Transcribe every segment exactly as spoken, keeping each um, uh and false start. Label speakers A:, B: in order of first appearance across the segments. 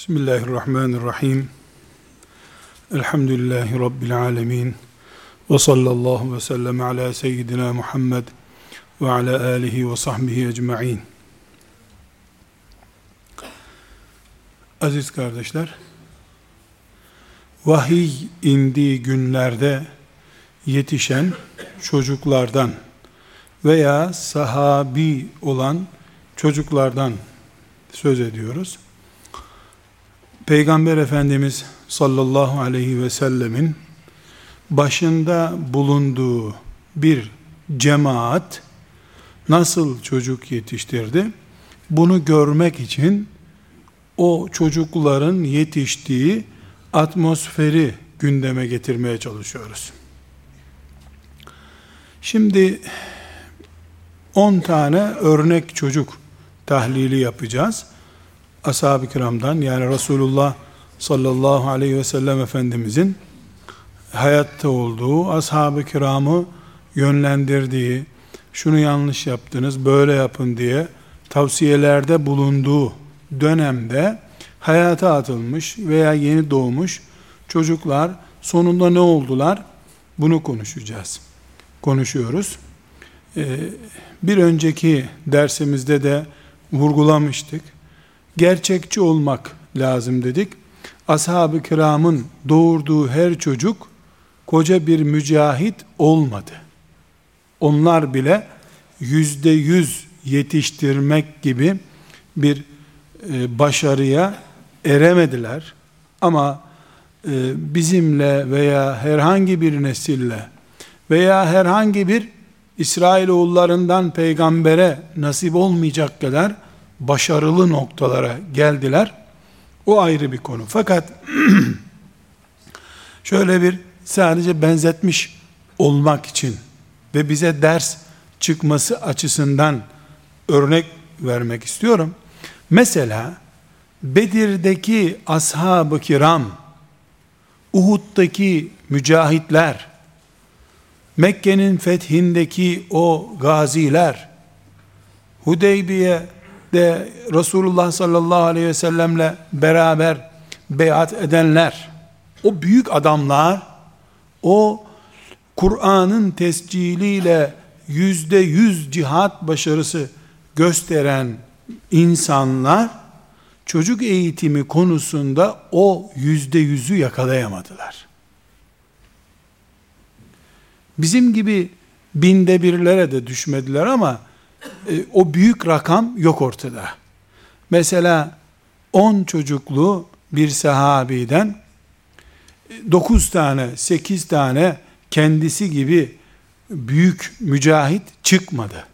A: Bismillahirrahmanirrahim. Elhamdülillahi Rabbil alemin. Ve sallallahu ve sellem ala seyyidina Muhammed ve ala alihi ve sahbihi ecma'in. Aziz kardeşler, vahiy indiği günlerde yetişen çocuklardan veya sahabi olan çocuklardan söz ediyoruz. Peygamber Efendimiz sallallahu aleyhi ve sellemin başında bulunduğu bir cemaat nasıl çocuk yetiştirdi? Bunu görmek için o çocukların yetiştiği atmosferi gündeme getirmeye çalışıyoruz. Şimdi on tane örnek çocuk tahlili yapacağız. Ashab-ı kiramdan, yani Resulullah sallallahu aleyhi ve sellem Efendimizin hayatta olduğu, ashab-ı kiramı yönlendirdiği, şunu yanlış yaptınız, böyle yapın diye tavsiyelerde bulunduğu dönemde hayata atılmış veya yeni doğmuş çocuklar sonunda ne oldular? Bunu konuşacağız. Konuşuyoruz. Ee, bir önceki dersimizde de vurgulamıştık. Gerçekçi olmak lazım dedik. Ashab-ı kiramın doğurduğu her çocuk koca bir mücahit olmadı. Onlar bile yüzde yüz yetiştirmek gibi bir e, başarıya eremediler. Ama e, bizimle veya herhangi bir nesille veya herhangi bir İsrailoğullarından peygambere nasip olmayacak kadar başarılı noktalara geldiler. O ayrı bir konu. Fakat şöyle bir sadece benzetmiş olmak için ve bize ders çıkması açısından örnek vermek istiyorum. Mesela Bedir'deki ashab-ı kiram, Uhud'daki mücahitler, Mekke'nin fethindeki o gaziler, Hudeybiye'de Resulullah sallallahu aleyhi ve sellemle beraber beyat edenler, o büyük adamlar, o Kur'an'ın tesciliyle yüzde yüz cihat başarısı gösteren insanlar, çocuk eğitimi konusunda o yüzde yüzü yakalayamadılar. Bizim gibi binde birlere de düşmediler ama e, o büyük rakam yok ortada. Mesela on çocuklu bir sahabiden dokuz tane, sekiz tane kendisi gibi büyük mücahit çıkmadı.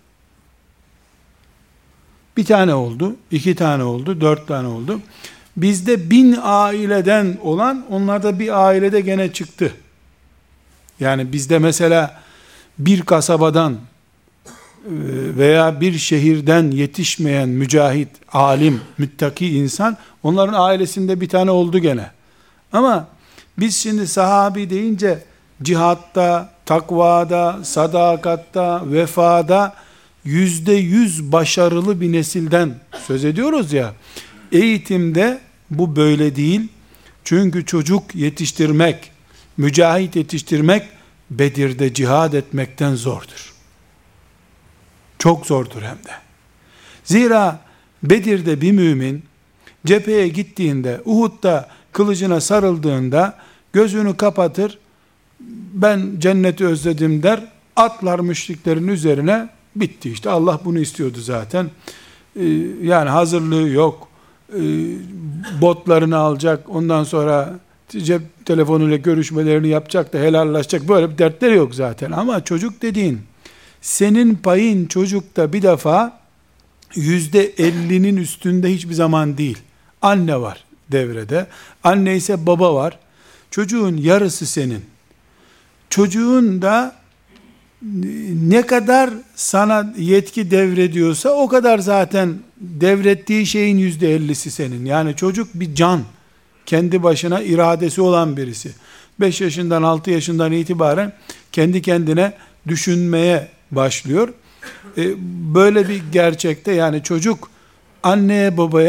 A: Bir tane oldu, iki tane oldu, dört tane oldu. Bizde bin aileden olan, onlarda bir ailede gene çıktı. Yani bizde mesela bir kasabadan veya bir şehirden yetişmeyen mücahit, alim, müttaki insan, onların ailesinde bir tane oldu gene. Ama biz şimdi sahabi deyince cihatta, takvada, sadakatta, vefada yüzde yüz başarılı bir nesilden söz ediyoruz ya. Eğitimde bu böyle değil. Çünkü çocuk yetiştirmek, mücahit yetiştirmek, Bedir'de cihad etmekten zordur. Çok zordur hem de. Zira Bedir'de bir mümin cepheye gittiğinde, Uhud'da kılıcına sarıldığında gözünü kapatır, ben cenneti özledim der, atlar müşriklerin üzerine, bitti işte. Allah bunu istiyordu zaten. Ee, yani hazırlığı yok. Ee, botlarını alacak, ondan sonra cep telefonuyla görüşmelerini yapacak da helallaşacak, böyle bir dertleri yok zaten. Ama çocuk dediğin, senin payın çocukta bir defa yüzde ellinin üstünde hiçbir zaman değil. Anne var devrede. Anne ise baba var. Çocuğun yarısı senin. Çocuğun da ne kadar sana yetki devrediyorsa o kadar zaten devrettiği şeyin yüzde ellisi senin. Yani çocuk bir can. Kendi başına iradesi olan birisi. beş yaşından, altı yaşından itibaren kendi kendine düşünmeye başlıyor. E, böyle bir gerçekte, yani çocuk anneye babaya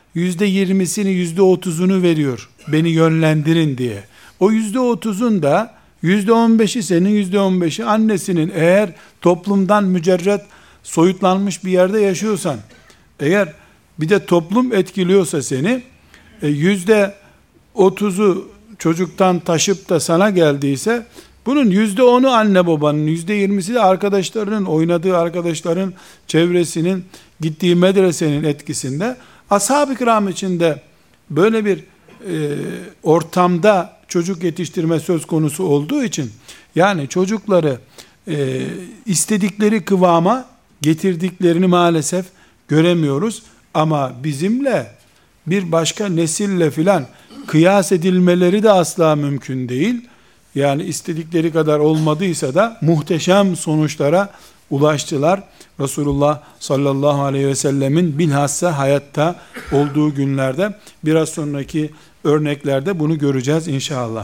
A: yüzde yirmisini, yüzde otuzunu veriyor beni yönlendirin diye. O yüzde otuzun da yüzde on beşi senin, yüzde on beşi annesinin. Eğer toplumdan mücerret, soyutlanmış bir yerde yaşıyorsan, eğer bir de toplum etkiliyorsa seni, e, yüzde otuzu çocuktan taşıp da sana geldiyse, bunun yüzde onu anne babanın, yüzde yirmisi de arkadaşlarının, oynadığı arkadaşların, çevresinin, gittiği medresenin etkisinde. Ashab-ı kiram içinde böyle bir e, ortamda çocuk yetiştirme söz konusu olduğu için, yani çocukları e, istedikleri kıvama getirdiklerini maalesef göremiyoruz. Ama bizimle, bir başka nesille filan kıyas edilmeleri de asla mümkün değil. Yani istedikleri kadar olmadıysa da muhteşem sonuçlara ulaştılar. Resulullah sallallahu aleyhi ve sellemin bilhassa hayatta olduğu günlerde, biraz sonraki örneklerde bunu göreceğiz inşallah.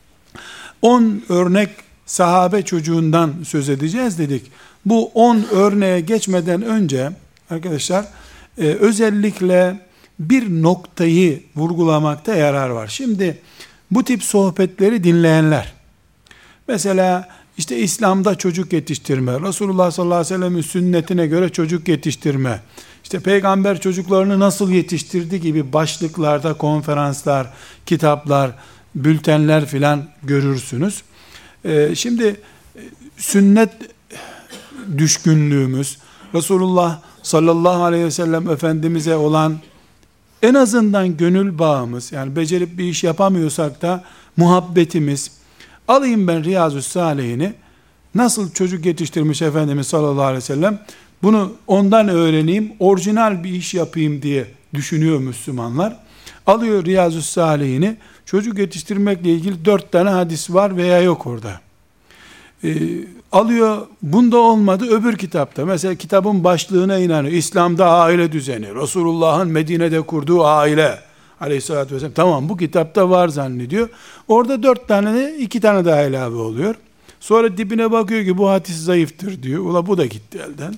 A: on örnek sahabe çocuğundan söz edeceğiz dedik. Bu on örneğe geçmeden önce arkadaşlar, e, özellikle bir noktayı vurgulamakta yarar var. Şimdi bu tip sohbetleri dinleyenler, mesela işte İslam'da çocuk yetiştirme, Resulullah sallallahu aleyhi ve sellem'in sünnetine göre çocuk yetiştirme, işte peygamber çocuklarını nasıl yetiştirdi gibi başlıklarda konferanslar, kitaplar, bültenler filan görürsünüz. Ee, şimdi sünnet düşkünlüğümüz, Resulullah sallallahu aleyhi ve sellem Efendimiz'e olan en azından gönül bağımız, yani becerip bir iş yapamıyorsak da muhabbetimiz, alayım ben Riyazü's-Salihini, nasıl çocuk yetiştirmiş Efendimiz sallallahu aleyhi ve sellem, bunu ondan öğreneyim, orijinal bir iş yapayım diye düşünüyor Müslümanlar. Alıyor Riyazü's-Salihini, çocuk yetiştirmekle ilgili dört tane hadis var veya yok orada. Ee, alıyor, bunda olmadı, öbür kitapta, mesela kitabın başlığına inanıyor, İslam'da aile düzeni, Resulullah'ın Medine'de kurduğu aile, aleyhissalatü vesselam, tamam bu kitapta var zannediyor. Orada dört tane de iki tane daha ilave oluyor. Sonra dibine bakıyor ki bu hadis zayıftır diyor. Ula bu da gitti elden.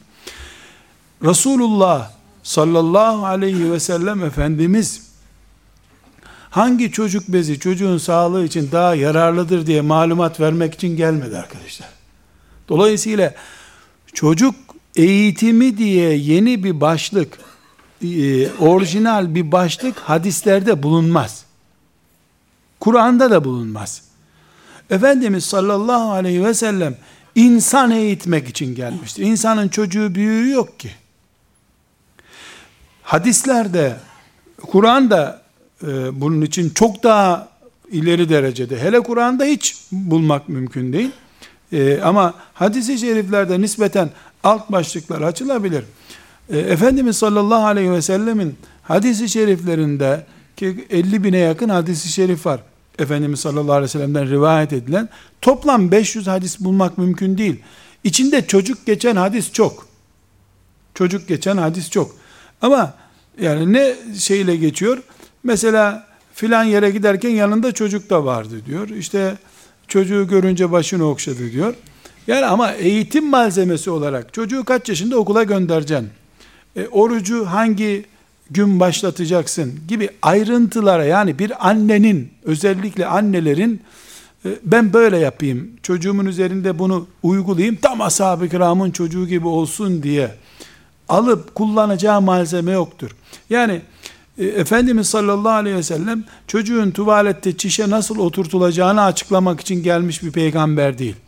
A: Resulullah sallallahu aleyhi ve sellem Efendimiz hangi çocuk bezi çocuğun sağlığı için daha yararlıdır diye malumat vermek için gelmedi arkadaşlar. Dolayısıyla çocuk eğitimi diye yeni bir başlık, e, orijinal bir başlık hadislerde bulunmaz. Kur'an'da da bulunmaz. Efendimiz sallallahu aleyhi ve sellem insan eğitmek için gelmiştir. İnsanın çocuğu büyüğü yok ki. Hadislerde, Kur'an'da e, bunun için çok daha ileri derecede, hele Kur'an'da hiç bulmak mümkün değil. E, ama hadis-i şeriflerde nispeten alt başlıklar açılabilir. E, Efendimiz sallallahu aleyhi ve sellemin hadis-i şeriflerinde ki elli bine yakın hadis-i şerif var. Efendimiz sallallahu aleyhi ve sellem'den rivayet edilen, toplam beş yüz hadis bulmak mümkün değil. İçinde çocuk geçen hadis çok. Çocuk geçen hadis çok. Ama yani ne şeyle geçiyor? Mesela filan yere giderken yanında çocuk da vardı diyor. İşte çocuğu görünce başını okşadı diyor. Yani ama eğitim malzemesi olarak çocuğu kaç yaşında okula göndereceksin? E, orucu hangi gün başlatacaksın gibi ayrıntılara, yani bir annenin, özellikle annelerin e, ben böyle yapayım, çocuğumun üzerinde bunu uygulayayım, tam ashab-ı kiramın çocuğu gibi olsun diye alıp kullanacağı malzeme yoktur. Yani e, Efendimiz sallallahu aleyhi ve sellem çocuğun tuvalette çişe nasıl oturtulacağını açıklamak için gelmiş bir peygamber değil.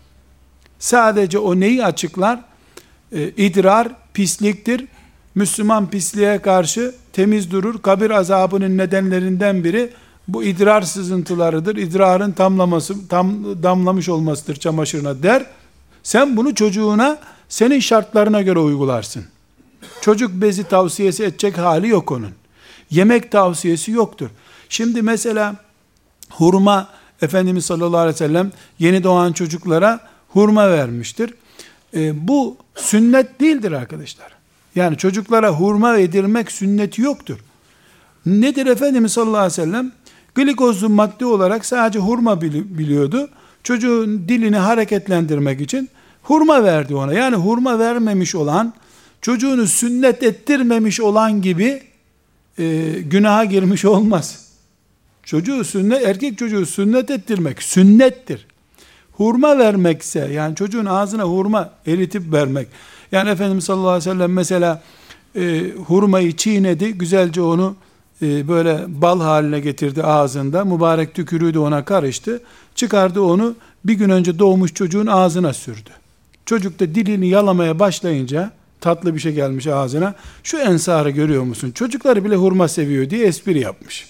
A: Sadece o neyi açıklar? E, idrar pisliktir. Müslüman pisliğe karşı temiz durur. Kabir azabının nedenlerinden biri bu idrar sızıntılarıdır. İdrarın tamlaması, tam damlamış olmasıdır çamaşırına der. Sen bunu çocuğuna senin şartlarına göre uygularsın. Çocuk bezi tavsiyesi edecek hali yok onun. Yemek tavsiyesi yoktur. Şimdi mesela hurma, Efendimiz sallallahu aleyhi ve sellem yeni doğan çocuklara hurma vermiştir. E, bu sünnet değildir arkadaşlar. Yani çocuklara hurma yedirmek sünneti yoktur. Nedir Efendimiz sallallahu aleyhi ve sellem? Glikozlu madde olarak sadece hurma biliyordu. Çocuğun dilini hareketlendirmek için hurma verdi ona. Yani hurma vermemiş olan, çocuğunu sünnet ettirmemiş olan gibi e, günaha girmiş olmaz. Çocuğu sünnet, erkek çocuğu sünnet ettirmek sünnettir. Hurma vermekse, yani çocuğun ağzına hurma eritip vermek. Yani Efendimiz sallallahu aleyhi ve sellem mesela e, hurmayı çiğnedi, güzelce onu e, böyle bal haline getirdi ağzında. Mübarek tükürüğü de ona karıştı. Çıkardı onu, bir gün önce doğmuş çocuğun ağzına sürdü. Çocuk da dilini yalamaya başlayınca, tatlı bir şey gelmiş ağzına, şu ensarı görüyor musun? Çocukları bile hurma seviyor diye espri yapmış.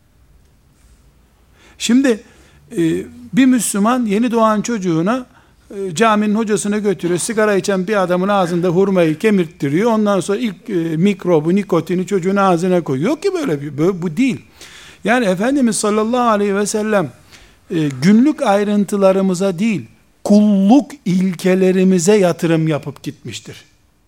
A: Şimdi e, bir Müslüman yeni doğan çocuğuna e, caminin hocasına götürüyor. Sigara içen bir adamın ağzında hurmayı kemirttiriyor. Ondan sonra ilk e, mikrobu, nikotini çocuğun ağzına koyuyor. Yok ki böyle bir, böyle, bu değil. Yani Efendimiz sallallahu aleyhi ve sellem e, günlük ayrıntılarımıza değil, kulluk ilkelerimize yatırım yapıp gitmiştir.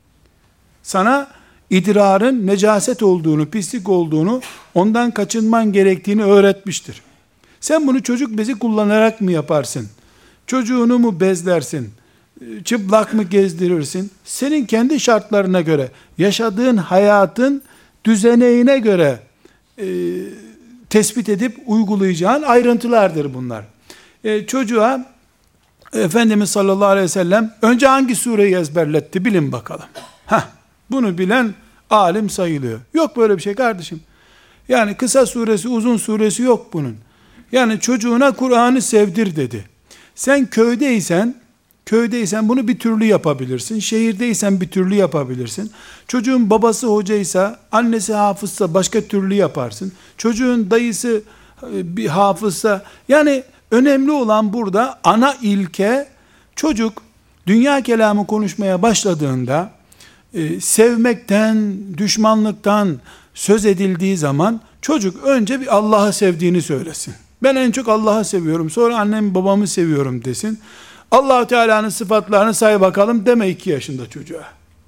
A: Sana idrarın necaset olduğunu, pislik olduğunu, ondan kaçınman gerektiğini öğretmiştir. Sen bunu çocuk bezi kullanarak mı yaparsın? Çocuğunu mu bezlersin? Çıplak mı gezdirirsin? Senin kendi şartlarına göre, yaşadığın hayatın düzeneğine göre e, tespit edip uygulayacağın ayrıntılardır bunlar. E, çocuğa Efendimiz sallallahu aleyhi ve sellem önce hangi sureyi ezberletti bilin bakalım. Heh, bunu bilen alim sayılıyor. Yok böyle bir şey kardeşim. Yani kısa suresi, uzun suresi yok bunun. Yani çocuğuna Kur'an'ı sevdir dedi. Sen köydeysen, köydeysen bunu bir türlü yapabilirsin. Şehirdeysen bir türlü yapabilirsin. Çocuğun babası hocaysa, annesi hafızsa başka türlü yaparsın. Çocuğun dayısı bir hafızsa, yani önemli olan burada ana ilke, çocuk dünya kelamı konuşmaya başladığında e, sevmekten, düşmanlıktan söz edildiği zaman çocuk önce bir Allah'ı sevdiğini söylesin. Ben en çok Allah'ı seviyorum, sonra annemi babamı seviyorum desin. Allah-u Teala'nın sıfatlarını say bakalım deme iki yaşında çocuğa.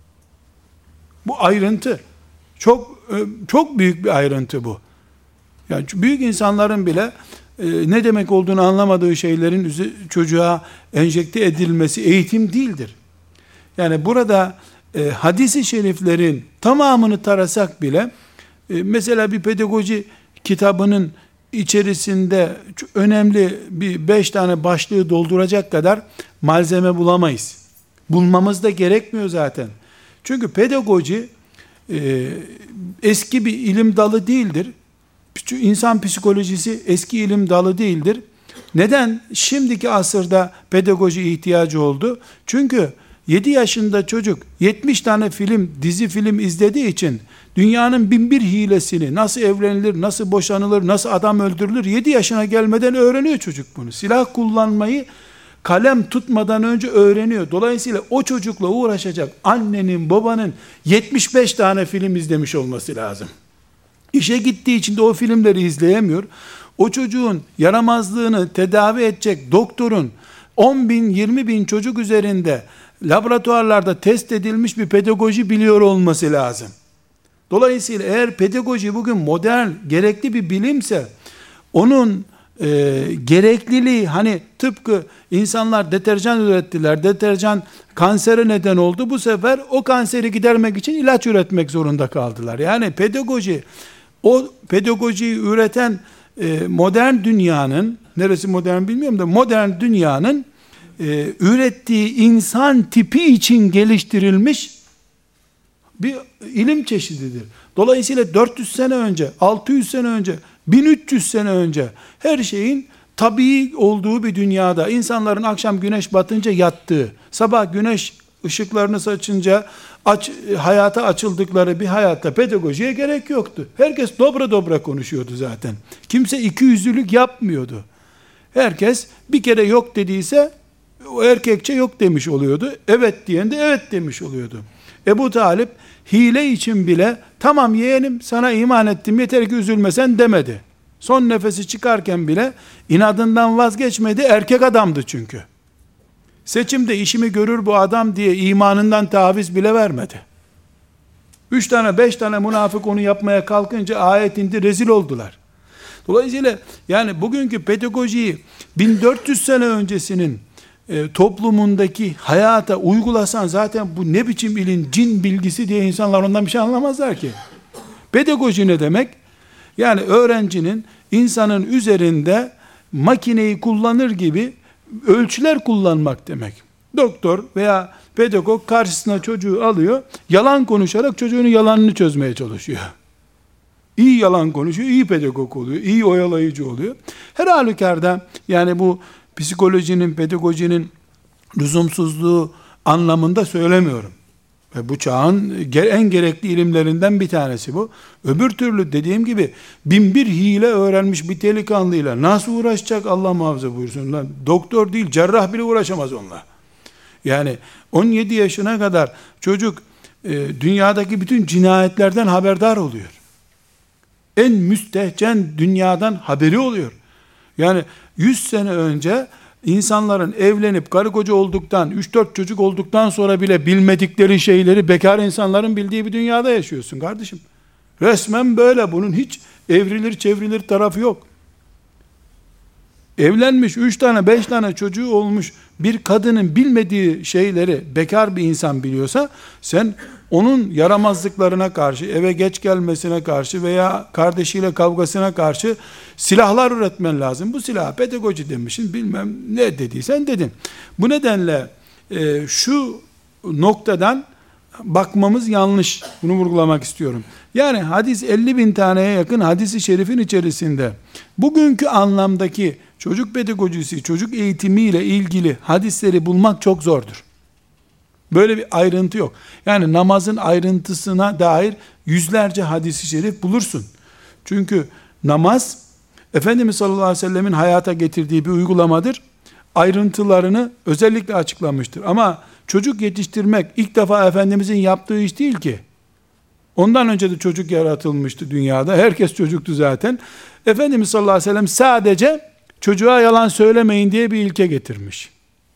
A: Bu ayrıntı. Çok çok büyük bir ayrıntı bu. Yani büyük insanların bile e, ne demek olduğunu anlamadığı şeylerin çocuğa enjekte edilmesi eğitim değildir. Yani burada e, hadis-i şeriflerin tamamını tarasak bile, e, mesela bir pedagoji kitabının içerisinde önemli bir beş tane başlığı dolduracak kadar malzeme bulamayız. Bulmamız da gerekmiyor zaten. Çünkü pedagoji e, eski bir ilim dalı değildir. İnsan psikolojisi eski ilim dalı değildir. Neden şimdiki asırda pedagoji ihtiyacı oldu? Çünkü yedi yaşında çocuk yetmiş tane film, dizi film izlediği için dünyanın bin bir hilesini, nasıl evlenilir, nasıl boşanılır, nasıl adam öldürülür, yedi yaşına gelmeden öğreniyor çocuk bunu. Silah kullanmayı kalem tutmadan önce öğreniyor. Dolayısıyla o çocukla uğraşacak annenin, babanın yetmiş beş tane film izlemiş olması lazım. İşe gittiği için de o filmleri izleyemiyor. O çocuğun yaramazlığını tedavi edecek doktorun on bin, yirmi bin çocuk üzerinde laboratuvarlarda test edilmiş bir pedagoji biliyor olması lazım. Dolayısıyla eğer pedagoji bugün modern, gerekli bir bilimse, onun e, gerekliliği, hani tıpkı insanlar deterjan ürettiler, deterjan kansere neden oldu, bu sefer o kanseri gidermek için ilaç üretmek zorunda kaldılar. Yani pedagoji, o pedagojiyi üreten e, modern dünyanın, neresi modern bilmiyorum da, modern dünyanın e, ürettiği insan tipi için geliştirilmiş bir ilim çeşididir. Dolayısıyla dört yüz sene önce, altı yüz sene önce, bin üç yüz sene önce her şeyin tabii olduğu bir dünyada insanların akşam güneş batınca yattığı, sabah güneş ışıklarını saçınca aç, hayata açıldıkları bir hayatta pedagojiye gerek yoktu. Herkes dobra dobra konuşuyordu zaten. Kimse ikiyüzlülük yapmıyordu. Herkes bir kere yok dediyse o erkekçe yok demiş oluyordu. Evet diyen de evet demiş oluyordu. Ebu Talip hile için bile tamam yeğenim sana iman ettim yeter ki üzülmesen demedi. Son nefesi çıkarken bile inadından vazgeçmedi, erkek adamdı çünkü. Seçimde işimi görür bu adam diye imanından taviz bile vermedi. Üç tane beş tane münafık onu yapmaya kalkınca ayet indi, rezil oldular. Dolayısıyla yani bugünkü pedagojiyi bin dört yüz sene öncesinin e, toplumundaki hayata uygulasan zaten bu ne biçim ilim, cin bilgisi diye insanlar ondan bir şey anlamazlar ki. Pedagoji ne demek? Yani öğrencinin insanın üzerinde makineyi kullanır gibi ölçüler kullanmak demek. Doktor veya pedagog karşısına çocuğu alıyor, yalan konuşarak çocuğun yalanını çözmeye çalışıyor. İyi yalan konuşuyor, iyi pedagog oluyor, iyi oyalayıcı oluyor. Her halükarda yani bu psikolojinin, pedagojinin lüzumsuzluğu anlamında söylemiyorum. Ve bu çağın en gerekli ilimlerinden bir tanesi bu. Öbür türlü dediğim gibi bin bir hile öğrenmiş bir delikanlıyla nasıl uğraşacak, Allah muhafaza buyursun lan. Doktor değil, cerrah bile uğraşamaz onunla. Yani on yedi yaşına kadar çocuk e, dünyadaki bütün cinayetlerden haberdar oluyor. En müstehcen dünyadan haberi oluyor. Yani yüz sene önce insanların evlenip karı koca olduktan, üç dört çocuk olduktan sonra bile bilmedikleri şeyleri bekar insanların bildiği bir dünyada yaşıyorsun kardeşim. Resmen böyle, bunun hiç evrilir çevrilir tarafı yok. Evlenmiş üç tane beş tane çocuğu olmuş bir kadının bilmediği şeyleri bekar bir insan biliyorsa, sen onun yaramazlıklarına karşı, eve geç gelmesine karşı veya kardeşiyle kavgasına karşı silahlar üretmen lazım. Bu silah pedagoji demişsin, bilmem ne dediysen dedin. Bu nedenle e, şu noktadan bakmamız yanlış. Bunu vurgulamak istiyorum. Yani hadis elli bin taneye yakın hadisi şerifin içerisinde bugünkü anlamdaki çocuk pedagojisi, çocuk eğitimiyle ilgili hadisleri bulmak çok zordur. Böyle bir ayrıntı yok. Yani namazın ayrıntısına dair yüzlerce hadis-i şerif bulursun. Çünkü namaz Efendimiz sallallahu aleyhi ve sellemin hayata getirdiği bir uygulamadır. Ayrıntılarını özellikle açıklamıştır. Ama çocuk yetiştirmek ilk defa Efendimizin yaptığı iş değil ki. Ondan önce de çocuk yaratılmıştı dünyada. Herkes çocuktu zaten. Efendimiz sallallahu aleyhi ve sellem sadece çocuğa yalan söylemeyin diye bir ilke getirmiş.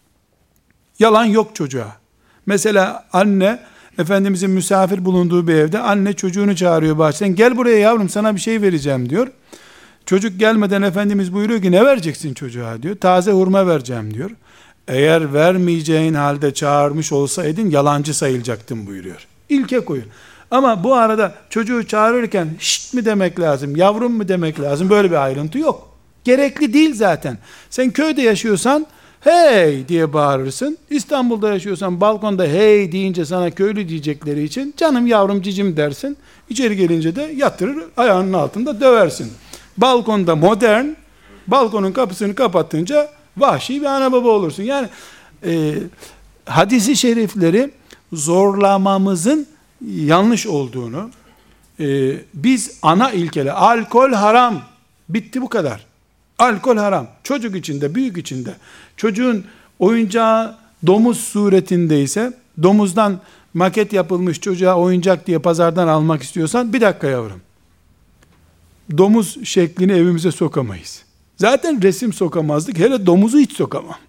A: Yalan yok çocuğa. Mesela anne, Efendimizin misafir bulunduğu bir evde, anne çocuğunu çağırıyor bahçeden. Gel buraya yavrum, sana bir şey vereceğim diyor. Çocuk gelmeden Efendimiz buyuruyor ki ne vereceksin çocuğa diyor. Taze hurma vereceğim diyor. Eğer vermeyeceğin halde çağırmış olsaydın yalancı sayılacaktın buyuruyor. İlke koyun. Ama bu arada çocuğu çağırırken şşt mi demek lazım, yavrum mu demek lazım, böyle bir ayrıntı yok. Gerekli değil zaten. Sen köyde yaşıyorsan hey diye bağırırsın. İstanbul'da yaşıyorsan balkonda hey deyince sana köylü diyecekleri için canım yavrum cicim dersin. İçeri gelince de yatırır ayağının altında döversin. Balkonda modern, balkonun kapısını kapatınca vahşi bir ana baba olursun. Yani e, hadisi şerifleri zorlamamızın yanlış olduğunu, e, biz ana ilkeler, alkol haram, bitti bu kadar. Alkol haram. Çocuk içinde, büyük içinde. Çocuğun oyuncağı domuz suretindeyse, domuzdan maket yapılmış çocuğa oyuncak diye pazardan almak istiyorsan, bir dakika yavrum. Domuz şeklini evimize sokamayız. Zaten resim sokamazdık, hele domuzu hiç sokamam.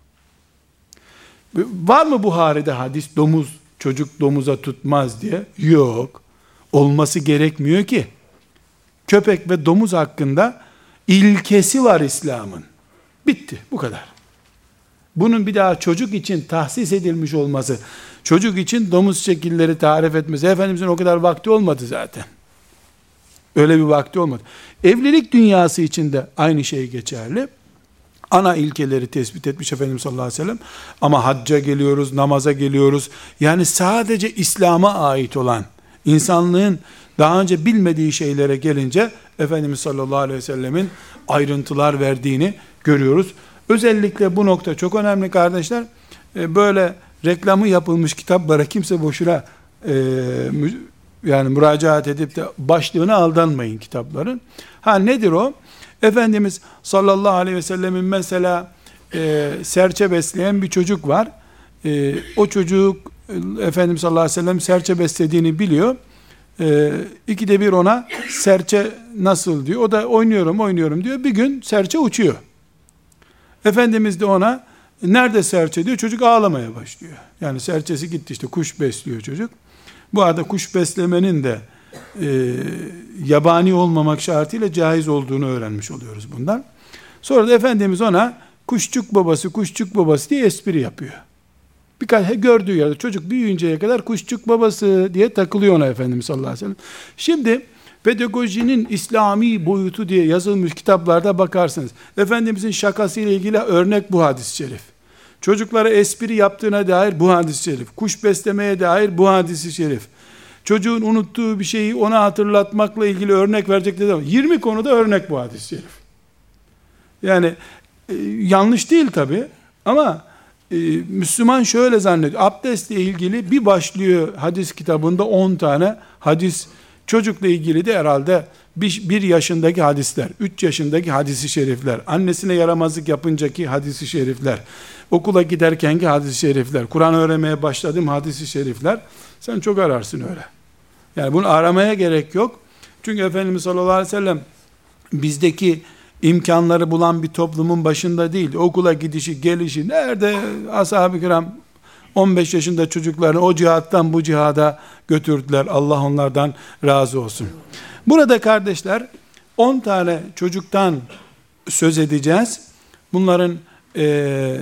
A: Var mı Buhari'de hadis, domuz, çocuk domuza tutmaz diye? Yok. Olması gerekmiyor ki. Köpek ve domuz hakkında ilkesi var İslam'ın. Bitti, bu kadar. Bunun bir daha çocuk için tahsis edilmiş olması, çocuk için domuz şekilleri tarif etmesi, Efendimizin o kadar vakti olmadı zaten. Öyle bir vakti olmadı. Evlilik dünyası için de aynı şey geçerli. Ana ilkeleri tespit etmiş Efendimiz sallallahu aleyhi ve sellem. Ama hacca geliyoruz, namaza geliyoruz. Yani sadece İslam'a ait olan, insanlığın daha önce bilmediği şeylere gelince Efendimiz sallallahu aleyhi ve sellemin ayrıntılar verdiğini görüyoruz. Özellikle bu nokta çok önemli kardeşler. Böyle reklamı yapılmış kitaplara kimse boşuna e, yani müracaat edip de başlığına aldanmayın kitapların. Ha nedir o? Efendimiz sallallahu aleyhi ve sellemin mesela e, serçe besleyen bir çocuk var. E, o çocuk Efendimiz sallallahu aleyhi ve sellem serçe beslediğini biliyor. E, ikide bir ona serçe nasıl diyor. O da oynuyorum oynuyorum diyor. Bir gün serçe uçuyor. Efendimiz de ona nerede serçe diyor. Çocuk ağlamaya başlıyor. Yani serçesi gitti, işte kuş besliyor çocuk. Bu arada kuş beslemenin de e, yabani olmamak şartıyla caiz olduğunu öğrenmiş oluyoruz bundan. Sonra da Efendimiz ona kuşçuk babası, kuşçuk babası diye espri yapıyor. Birkaç gördüğü yerde çocuk büyüyünceye kadar kuşçuk babası diye takılıyor ona Efendimiz sallallahu aleyhi ve sellem. Şimdi Pedagojinin İslami boyutu diye yazılmış kitaplarda bakarsınız. Efendimizin şakasıyla ilgili örnek bu hadis-i şerif. Çocuklara espri yaptığına dair bu hadis-i şerif. Kuş beslemeye dair bu hadis-i şerif. Çocuğun unuttuğu bir şeyi ona hatırlatmakla ilgili örnek verecekler ama yirmi konuda örnek bu hadis-i şerif. Yani e, yanlış değil tabi ama e, Müslüman şöyle zannediyor. Abdestle ilgili bir başlıyor hadis kitabında on tane hadis. Çocukla ilgili de herhalde bir, bir yaşındaki hadisler, üç yaşındaki hadisi şerifler, annesine yaramazlık yapıncaki hadisi şerifler, okula giderkenki hadisi şerifler, Kur'an öğrenmeye başladığım hadisi şerifler, sen çok ararsın öyle. Yani bunu aramaya gerek yok. Çünkü Efendimiz sallallahu aleyhi ve sellem bizdeki imkanları bulan bir toplumun başında değil. Okula gidişi, gelişi, nerede ashab-ı kiram on beş yaşında çocuklarını o cihattan bu cihada götürdüler. Allah onlardan razı olsun. Burada kardeşler on tane çocuktan söz edeceğiz. Bunların e,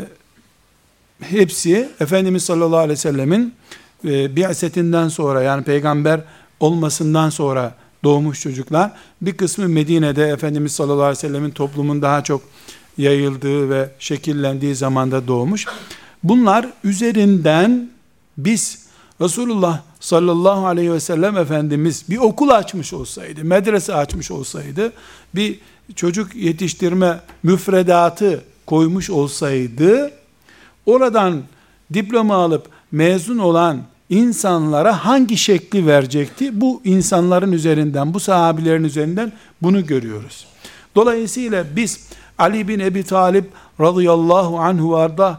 A: hepsi Efendimiz sallallahu aleyhi ve sellemin e, bi'setinden sonra, yani peygamber olmasından sonra doğmuş çocuklar. Bir kısmı Medine'de Efendimiz sallallahu aleyhi ve sellemin toplumun daha çok yayıldığı ve şekillendiği zamanda doğmuş. Bunlar üzerinden biz Resulullah sallallahu aleyhi ve sellem Efendimiz bir okul açmış olsaydı, medrese açmış olsaydı, bir çocuk yetiştirme müfredatı koymuş olsaydı, oradan diploma alıp mezun olan insanlara hangi şekli verecekti? Bu insanların üzerinden, bu sahabilerin üzerinden bunu görüyoruz. Dolayısıyla biz Ali bin Ebi Talib radıyallahu anhu varda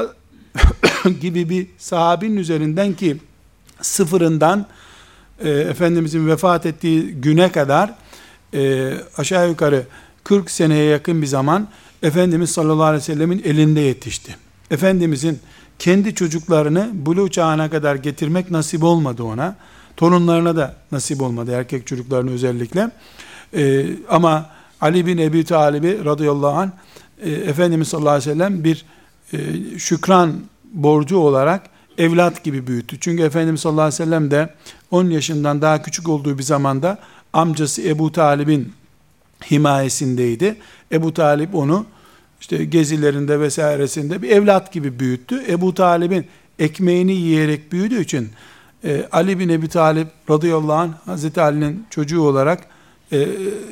A: gibi bir sahabinin üzerinden, ki sıfırından e, Efendimizin vefat ettiği güne kadar e, aşağı yukarı kırk seneye yakın bir zaman Efendimiz sallallahu aleyhi ve sellemin elinde yetişti. Efendimizin kendi çocuklarını buluğ çağına kadar getirmek nasip olmadı ona. Torunlarına da nasip olmadı, erkek çocuklarını özellikle. E, ama Ali bin Ebi Talib'i radıyallahu anh e, Efendimiz sallallahu aleyhi ve sellem bir e, şükran borcu olarak evlat gibi büyüttü. Çünkü Efendimiz sallallahu aleyhi ve sellem de on yaşından daha küçük olduğu bir zamanda amcası Ebu Talib'in himayesindeydi. Ebu Talib onu işte gezilerinde vesairesinde bir evlat gibi büyüttü. Ebu Talib'in ekmeğini yiyerek büyüdüğü için e, Ali bin Ebi Talib radıyallahu anh Hazreti Ali'nin çocuğu olarak e,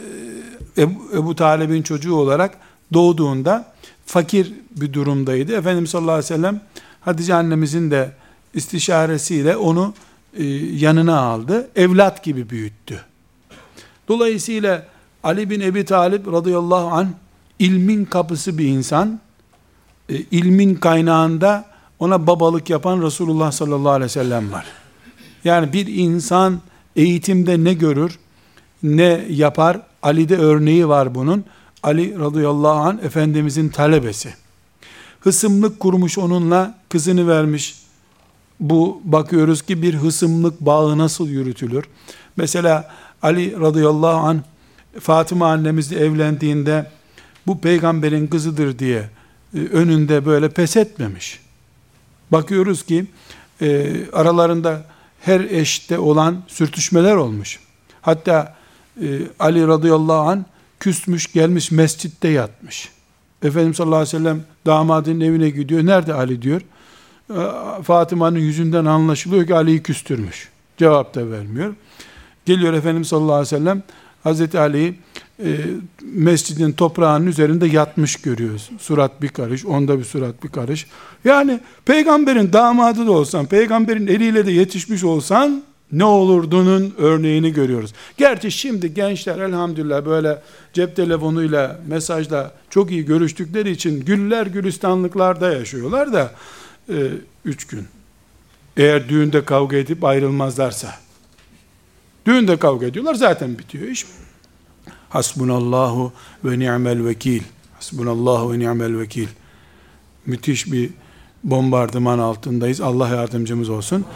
A: Ebu, Ebu Talib'in çocuğu olarak doğduğunda fakir bir durumdaydı. Efendimiz sallallahu aleyhi ve sellem Hatice annemizin de istişaresiyle onu e, yanına aldı. Evlat gibi büyüttü. Dolayısıyla Ali bin Ebi Talib radıyallahu anh ilmin kapısı bir insan. E, ilmin kaynağında ona babalık yapan Resulullah sallallahu aleyhi ve sellem var. Yani bir insan eğitimde ne görür, ne yapar? Ali'de örneği var bunun. Ali radıyallahu anh Efendimizin talebesi. Hısımlık kurmuş onunla, kızını vermiş. Bu, bakıyoruz ki bir hısımlık bağı nasıl yürütülür? Mesela Ali radıyallahu anh Fatıma annemizle evlendiğinde bu peygamberin kızıdır diye e, önünde böyle pes etmemiş. Bakıyoruz ki e, aralarında her eşte olan sürtüşmeler olmuş. Hatta e, Ali radıyallahu anh küsmüş, gelmiş mescitte yatmış. Efendimiz sallallahu aleyhi ve sellem damadının evine gidiyor. Nerede Ali diyor. Fatıma'nın yüzünden anlaşılıyor ki Ali'yi küstürmüş. Cevap da vermiyor. Geliyor Efendimiz sallallahu aleyhi ve sellem Hazreti Ali'yi e, mescidin toprağının üzerinde yatmış görüyoruz. Surat bir karış, onda bir surat bir karış. Yani peygamberin damadı da olsan, peygamberin eliyle de yetişmiş olsan ne olurdunun örneğini görüyoruz. Gerçi şimdi gençler elhamdülillah böyle cep telefonuyla, mesajla çok iyi görüştükleri için güller gülistanlıklarda yaşıyorlar da e, üç gün. Eğer düğünde kavga edip ayrılmazlarsa. Düğünde kavga ediyorlar, zaten bitiyor iş. Hasbunallahu ve ni'mel vekil. Hasbunallahu ve ni'mel vekil. Müthiş bir bombardıman altındayız. Allah yardımcımız olsun.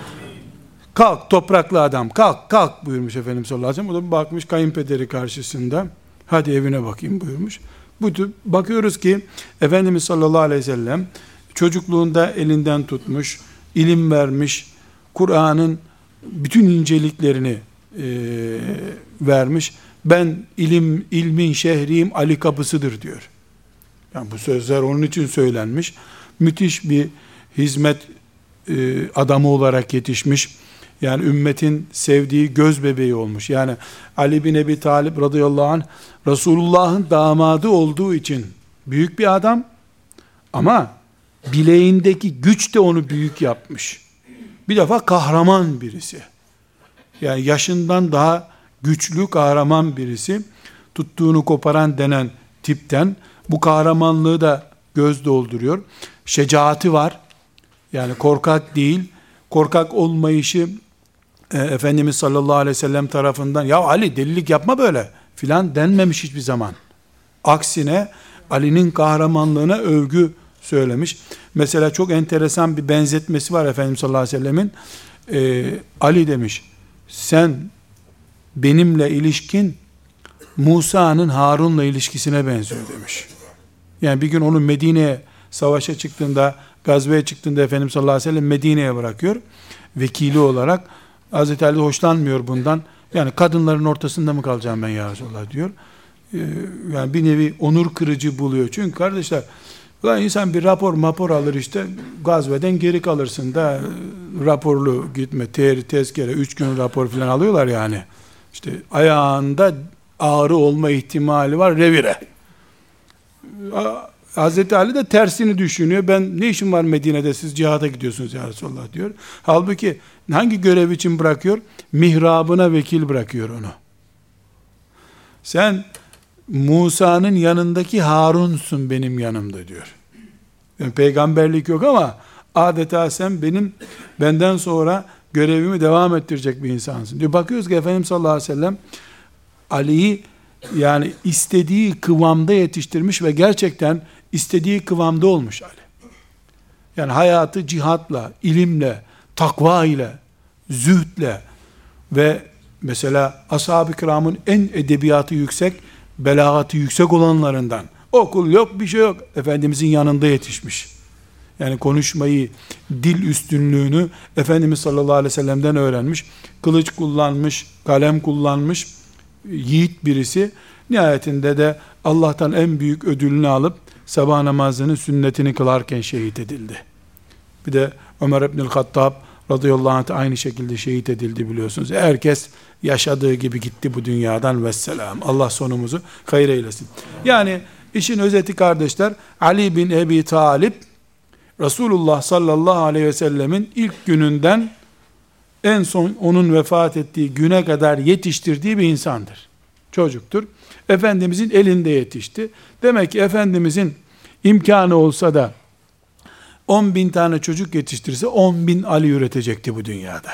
A: Kalk topraklı adam, kalk kalk buyurmuş Efendimiz sallallahu aleyhi ve sellem. O da bakmış kayınpederi karşısında. Hadi evine bakayım buyurmuş. Bu bakıyoruz ki Efendimiz sallallahu aleyhi ve sellem çocukluğunda elinden tutmuş, ilim vermiş, Kur'an'ın bütün inceliklerini e, vermiş. Ben ilim ilmin şehriyim, Ali kapısıdır diyor. Yani bu sözler onun için söylenmiş. Müthiş bir hizmet e, adamı olarak yetişmiş. Yani ümmetin sevdiği göz bebeği olmuş. Yani Ali bin Ebi Talib radıyallahu anh Resulullah'ın damadı olduğu için büyük bir adam, ama bileğindeki güç de onu büyük yapmış. Bir defa kahraman birisi. Yani yaşından daha güçlü, kahraman birisi. Tuttuğunu koparan denen tipten. Bu kahramanlığı da göz dolduruyor. Şecaati var. Yani korkak değil. Korkak olmayışı e, Efendimiz sallallahu aleyhi ve sellem tarafından ya Ali delilik yapma böyle filan denmemiş hiçbir zaman. Aksine Ali'nin kahramanlığına övgü söylemiş. Mesela çok enteresan bir benzetmesi var Efendimiz sallallahu aleyhi ve sellemin. Ee, Ali demiş, sen benimle ilişkin Musa'nın Harun'la ilişkisine benziyor demiş. Yani bir gün onu Medine'ye savaşa çıktığında, gazveye çıktığında Efendimiz sallallahu aleyhi ve sellem Medine'ye bırakıyor. Vekili olarak. Hazreti Ali hoşlanmıyor bundan. Yani kadınların ortasında mı kalacağım ben ya Resulallah diyor. Ee, yani bir nevi onur kırıcı buluyor. Çünkü kardeşler, ulan insan bir rapor mapor alır işte, gazveden geri kalırsın da raporlu gitme, tehri tezkere, üç gün rapor falan alıyorlar yani. İşte ayağında ağrı olma ihtimali var revire. Hazreti Ali de tersini düşünüyor. Ben ne işim var Medine'de, siz cihada gidiyorsunuz ya Resulallah diyor. Halbuki hangi görev için bırakıyor? Mihrabına vekil bırakıyor onu. Sen Musa'nın yanındaki Harun'sun benim yanımda diyor. Yani peygamberlik yok ama adeta sen benim benden sonra görevimi devam ettirecek bir insansın diyor. Bakıyoruz ki Efendimiz sallallahu aleyhi ve sellem Ali'yi yani istediği kıvamda yetiştirmiş ve gerçekten istediği kıvamda olmuş Ali. Yani hayatı cihatla, ilimle, takva ile, zühdle ve mesela ashab-ı kiramın en edebiyatı yüksek, belagatı yüksek olanlarından. Okul yok, bir şey yok. Efendimizin yanında yetişmiş. Yani konuşmayı, dil üstünlüğünü Efendimiz sallallahu aleyhi ve sellem'den öğrenmiş. Kılıç kullanmış, kalem kullanmış, yiğit birisi. Nihayetinde de Allah'tan en büyük ödülünü alıp sabah namazının sünnetini kılarken şehit edildi. Bir de Ömer İbnül Hattab radıyallahu anh aynı şekilde şehit edildi biliyorsunuz. Herkes yaşadığı gibi gitti bu dünyadan vesselam. Allah sonumuzu hayır eylesin. Yani işin özeti kardeşler, Ali bin Ebi Talib Resulullah sallallahu aleyhi ve sellemin ilk gününden en son onun vefat ettiği güne kadar yetiştirdiği bir insandır. Çocuktur. Efendimizin elinde yetişti. Demek ki Efendimizin imkanı olsa da on bin tane çocuk yetiştirse on bin Ali üretecekti bu dünyada.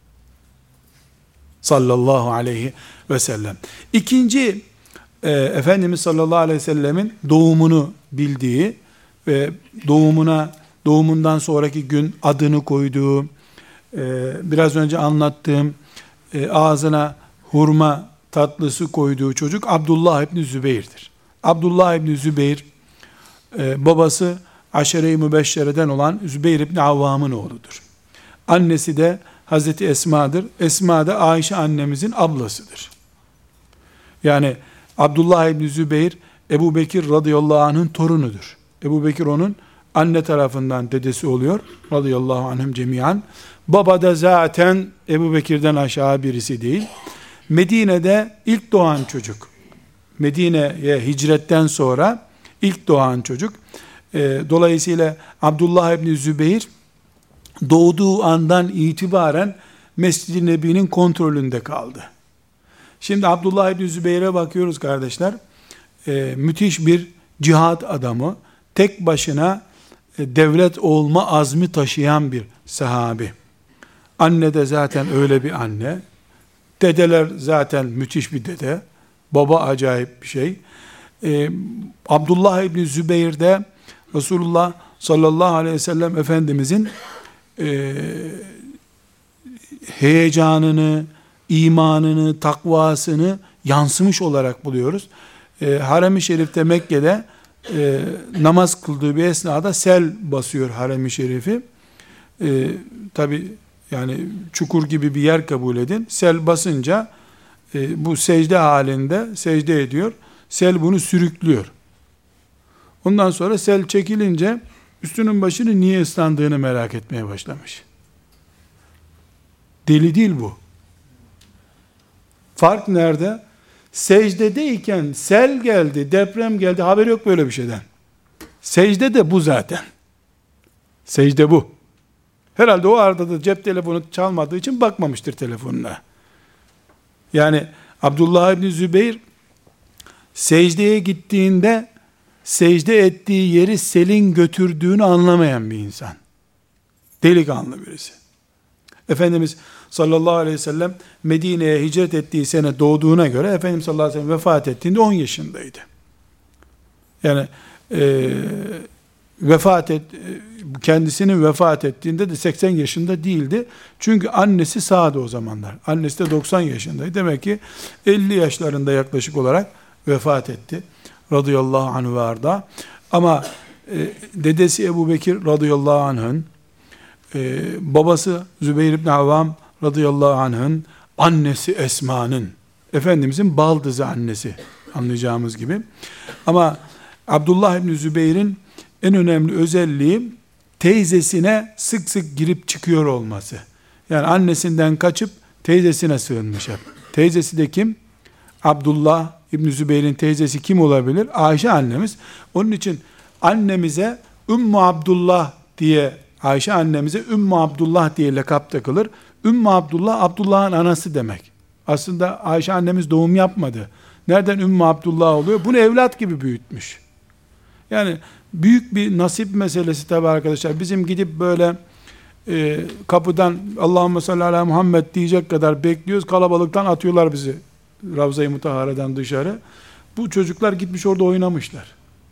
A: Sallallahu aleyhi ve sellem. İkinci, e, Efendimiz sallallahu aleyhi ve sellemin doğumunu bildiği ve doğumuna, doğumundan sonraki gün adını koyduğu, e, biraz önce anlattığım e, ağzına hurma tatlısı koyduğu çocuk Abdullah İbni Zübeyir'dir. Abdullah İbni Zübeyir, e, babası Aşere-i Mübeşşere'den olan Zübeyir İbni Avvam'ın oğludur. Annesi de Hazreti Esma'dır. Esma da Ayşe annemizin ablasıdır. Yani Abdullah İbni Zübeyir, Ebu Bekir radıyallahu anh'ın torunudur. Ebu Bekir onun anne tarafından dedesi oluyor. Radıyallahu anhüm cemiyan. Baba da zaten Ebu Bekir'den aşağı birisi değil. Medine'de ilk doğan çocuk. Medine'ye hicretten sonra ilk doğan çocuk. E, dolayısıyla Abdullah İbni Zübeyir doğduğu andan itibaren Mescid-i Nebi'nin kontrolünde kaldı. Şimdi Abdullah İbni Zübeyir'e bakıyoruz kardeşler. E, müthiş bir cihat adamı. Tek başına e, devlet olma azmi taşıyan bir sahabi. Anne de zaten öyle bir anne. Dedeler zaten müthiş bir dede. Baba acayip bir şey. Ee, Abdullah İbni Zübeyir de Resulullah sallallahu aleyhi ve sellem Efendimizin e, heyecanını, imanını, takvasını yansımış olarak buluyoruz. E, Harem-i Şerif'te Mekke'de e, namaz kıldığı bir esnada sel basıyor Harem-i Şerif'i. E, Tabi Yani çukur gibi bir yer kabul edin. Sel basınca e, bu secde halinde secde ediyor. Sel bunu sürüklüyor. Ondan sonra sel çekilince üstünün başını niye ıslandığını merak etmeye başlamış. Deli değil bu. Fark nerede? Secdedeyken sel geldi, deprem geldi, haberi yok böyle bir şeyden. Secde de bu zaten. Secde bu. Herhalde o arada da cep telefonu çalmadığı için bakmamıştır telefonuna. Yani Abdullah İbni Zübeyir secdeye gittiğinde secde ettiği yeri selin götürdüğünü anlamayan bir insan. Delikanlı birisi. Efendimiz sallallahu aleyhi ve sellem Medine'ye hicret ettiği sene doğduğuna göre Efendimiz sallallahu aleyhi ve sellem vefat ettiğinde on yaşındaydı. Yani e, vefat et, kendisinin vefat ettiğinde de seksen yaşında değildi. Çünkü annesi sağdı o zamanlar. Annesi de doksan yaşındaydı. Demek ki elli yaşlarında yaklaşık olarak vefat etti. Radıyallahu anh ve arda. Ama e, dedesi Ebu Bekir radıyallahu anh'ın, e, babası Zübeyir ibn Avvam radıyallahu anh'ın, annesi Esma'nın, Efendimizin baldızı annesi, anlayacağımız gibi. Ama Abdullah ibn Zübeyir'in en önemli özelliği teyzesine sık sık girip çıkıyor olması. Yani annesinden kaçıp teyzesine sığınmış hep. Teyzesi de kim? Abdullah İbn Zübeyir'in teyzesi kim olabilir? Ayşe annemiz. Onun için annemize Ümmü Abdullah diye, Ayşe annemize Ümmü Abdullah diye lakap takılır. Ümmü Abdullah, Abdullah'ın anası demek. Aslında Ayşe annemiz doğum yapmadı. Nereden Ümmü Abdullah oluyor? Bunu evlat gibi büyütmüş. Yani büyük bir nasip meselesi tabi arkadaşlar. Bizim gidip böyle e, kapıdan Allahümme salli ala Muhammed diyecek kadar bekliyoruz. Kalabalıktan atıyorlar bizi Ravza-i Mutahhare'den dışarı. Bu çocuklar gitmiş orada oynamışlar.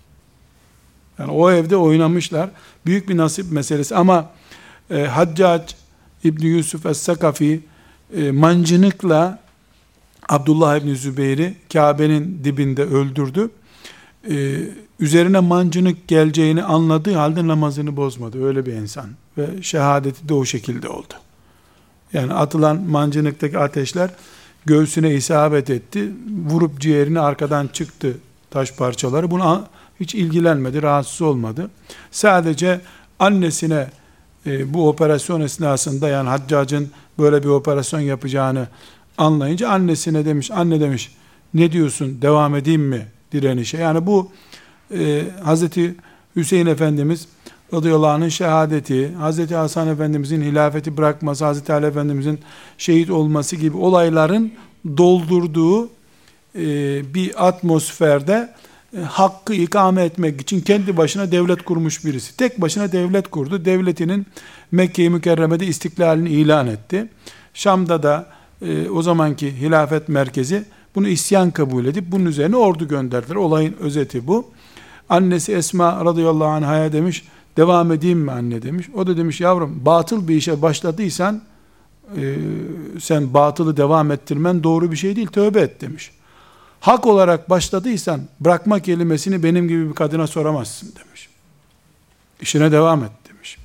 A: Yani o evde oynamışlar. Büyük bir nasip meselesi. Ama e, Haccac İbni Yusuf Es-Sakafi e, mancınıkla Abdullah İbni Zübeyir'i Kabe'nin dibinde öldürdü. Ee, üzerine mancınık geleceğini anladığı halde namazını bozmadı. Öyle bir insan. Ve şehadeti de o şekilde oldu. Yani atılan mancınıktaki ateşler göğsüne isabet etti. Vurup ciğerini arkadan çıktı taş parçaları. Buna hiç ilgilenmedi, rahatsız olmadı. Sadece annesine e, bu operasyon esnasında, yani Haccac'ın böyle bir operasyon yapacağını anlayınca annesine demiş, anne demiş, ne diyorsun, devam edeyim mi direnişe? Yani bu e, Hazreti Hüseyin Efendimiz radıyallahu anh'ın şehadeti, Hazreti Hasan Efendimizin hilafeti bırakması, Hazreti Ali Efendimizin şehit olması gibi olayların doldurduğu e, bir atmosferde e, hakkı ikame etmek için kendi başına devlet kurmuş birisi. Tek başına devlet kurdu. Devletinin Mekke-i Mükerreme'de istiklalini ilan etti. Şam'da da e, o zamanki hilafet merkezi bunu isyan kabul edip bunun üzerine ordu gönderdiler. Olayın özeti bu. Annesi Esma radıyallahu anh'a demiş, devam edeyim mi anne demiş. O da demiş, yavrum batıl bir işe başladıysan e, sen batılı devam ettirmen doğru bir şey değil, tövbe et demiş. Hak olarak başladıysan bırakma kelimesini benim gibi bir kadına soramazsın demiş. İşine devam et demiş.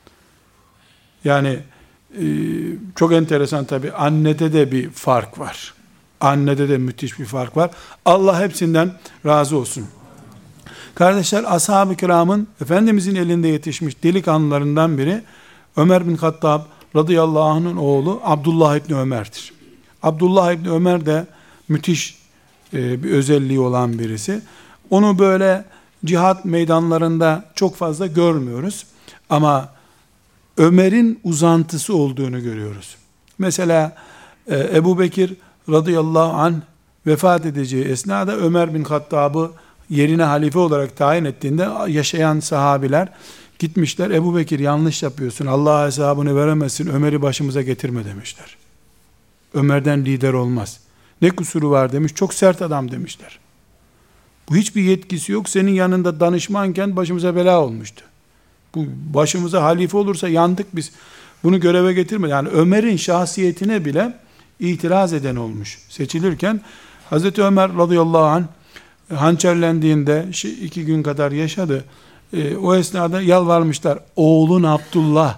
A: Yani e, çok enteresan tabii, annede de bir fark var. Annede de müthiş bir fark var. Allah hepsinden razı olsun. Kardeşler, ashab-ı kiramın Efendimizin elinde yetişmiş delikanlılarından biri Ömer bin Hattab radıyallahu anh'ın oğlu Abdullah İbni Ömer'dir. Abdullah İbni Ömer de müthiş e, bir özelliği olan birisi. Onu böyle cihat meydanlarında çok fazla görmüyoruz. Ama Ömer'in uzantısı olduğunu görüyoruz. Mesela e, Ebu Bekir radıyallahu anh vefat edeceği esnada Ömer bin Hattab'ı yerine halife olarak tayin ettiğinde yaşayan sahabiler gitmişler, Ebu Bekir yanlış yapıyorsun, Allah'a hesabını veremezsin, Ömer'i başımıza getirme demişler. Ömer'den lider olmaz. Ne kusuru var demiş, çok sert adam demişler. Bu hiçbir yetkisi yok, senin yanında danışmanken başımıza bela olmuştu. Bu başımıza halife olursa yandık biz, bunu göreve getirme. Yani Ömer'in şahsiyetine bile itiraz eden olmuş. Seçilirken Hazreti Ömer radıyallahu anh hançerlendiğinde iki gün kadar yaşadı. E, o esnada yalvarmışlar. Oğlun Abdullah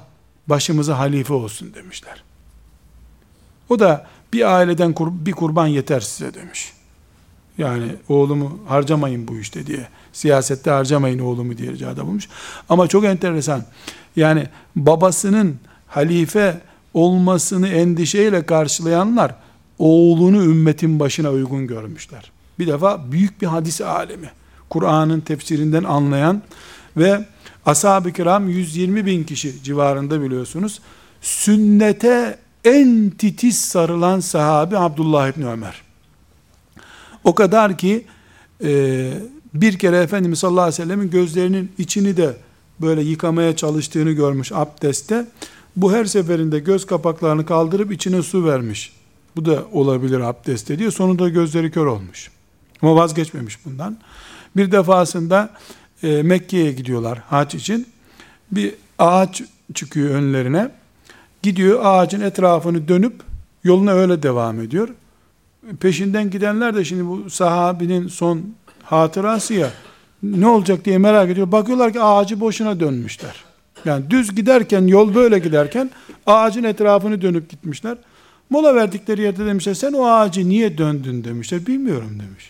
A: başımıza halife olsun demişler. O da bir aileden kur, bir kurban yeter size demiş. Yani oğlumu harcamayın bu işte diye. Siyasette harcamayın oğlumu diye ricada bulmuş. Ama çok enteresan. Yani babasının halife olmasını endişeyle karşılayanlar oğlunu ümmetin başına uygun görmüşler. Bir defa büyük bir hadis alemi. Kur'an'ın tefsirinden anlayan ve ashab-ı kiram yüz yirmi bin kişi civarında biliyorsunuz. Sünnete en titiz sarılan sahabi Abdullah İbni Ömer. O kadar ki e, bir kere Efendimiz sallallahu aleyhi ve sellemin gözlerinin içini de böyle yıkamaya çalıştığını görmüş abdestte. Bu her seferinde göz kapaklarını kaldırıp içine su vermiş. Bu da olabilir abdestte diyor. Sonunda gözleri kör olmuş. Ama vazgeçmemiş bundan. Bir defasında e, Mekke'ye gidiyorlar hac için. Bir ağaç çıkıyor önlerine. Gidiyor ağacın etrafını dönüp yoluna öyle devam ediyor. Peşinden gidenler de şimdi bu sahabinin son hatırası ya, ne olacak diye merak ediyor. Bakıyorlar ki ağacı boşuna dönmüşler. Yani düz giderken, yol böyle giderken ağacın etrafını dönüp gitmişler. Mola verdikleri yerde demişler, sen o ağacı niye döndün demişler. Bilmiyorum demiş.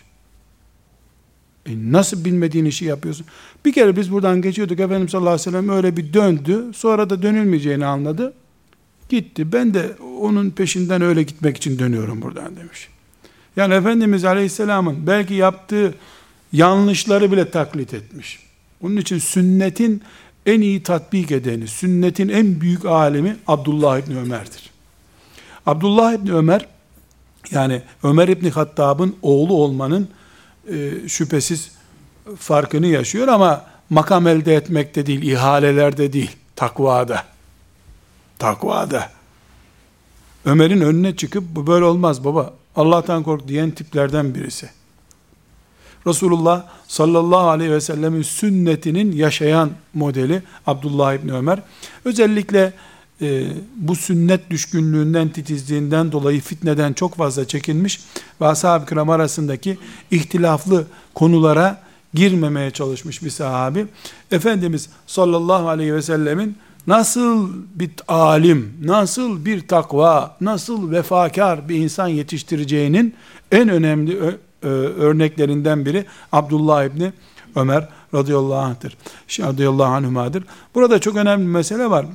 A: E nasıl bilmediğin işi yapıyorsun? Bir kere biz buradan geçiyorduk, Efendimiz sallallahu aleyhi ve sellem öyle bir döndü. Sonra da dönülmeyeceğini anladı. Gitti. Ben de onun peşinden öyle gitmek için dönüyorum buradan demiş. Yani Efendimiz aleyhisselamın belki yaptığı yanlışları bile taklit etmiş. Onun için sünnetin en iyi tatbik edeni, sünnetin en büyük alemi Abdullah İbni Ömer'dir. Abdullah İbni Ömer, yani Ömer İbni Hattab'ın oğlu olmanın e, şüphesiz farkını yaşıyor ama makam elde etmekte değil, ihalelerde değil, takvada. Takvada. Ömer'in önüne çıkıp bu böyle olmaz baba, Allah'tan kork diyen tiplerden birisi. Resulullah sallallahu aleyhi ve sellemin sünnetinin yaşayan modeli Abdullah İbni Ömer. Özellikle e, bu sünnet düşkünlüğünden, titizliğinden dolayı fitneden çok fazla çekinmiş ve ashab-ı kiram arasındaki ihtilaflı konulara girmemeye çalışmış bir sahabi. Efendimiz sallallahu aleyhi ve sellemin nasıl bir alim, nasıl bir takva, nasıl vefakar bir insan yetiştireceğinin en önemli örneklerinden biri Abdullah İbni Ömer radıyallahu anh'tır. Radıyallahu anhümadır. Burada çok önemli bir mesele var.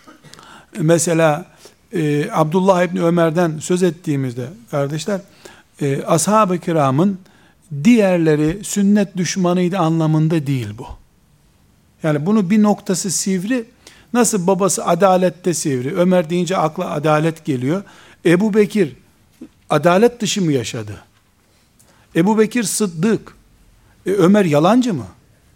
A: Mesela e, Abdullah İbni Ömer'den söz ettiğimizde kardeşler, e, ashab-ı kiramın diğerleri sünnet düşmanıydı anlamında değil bu. Yani bunu bir noktası sivri. Nasıl babası adalette sivri, Ömer deyince akla adalet geliyor. Ebu Bekir adalet dışı mı yaşadı? Ebu Bekir sıddık. E, Ömer yalancı mı?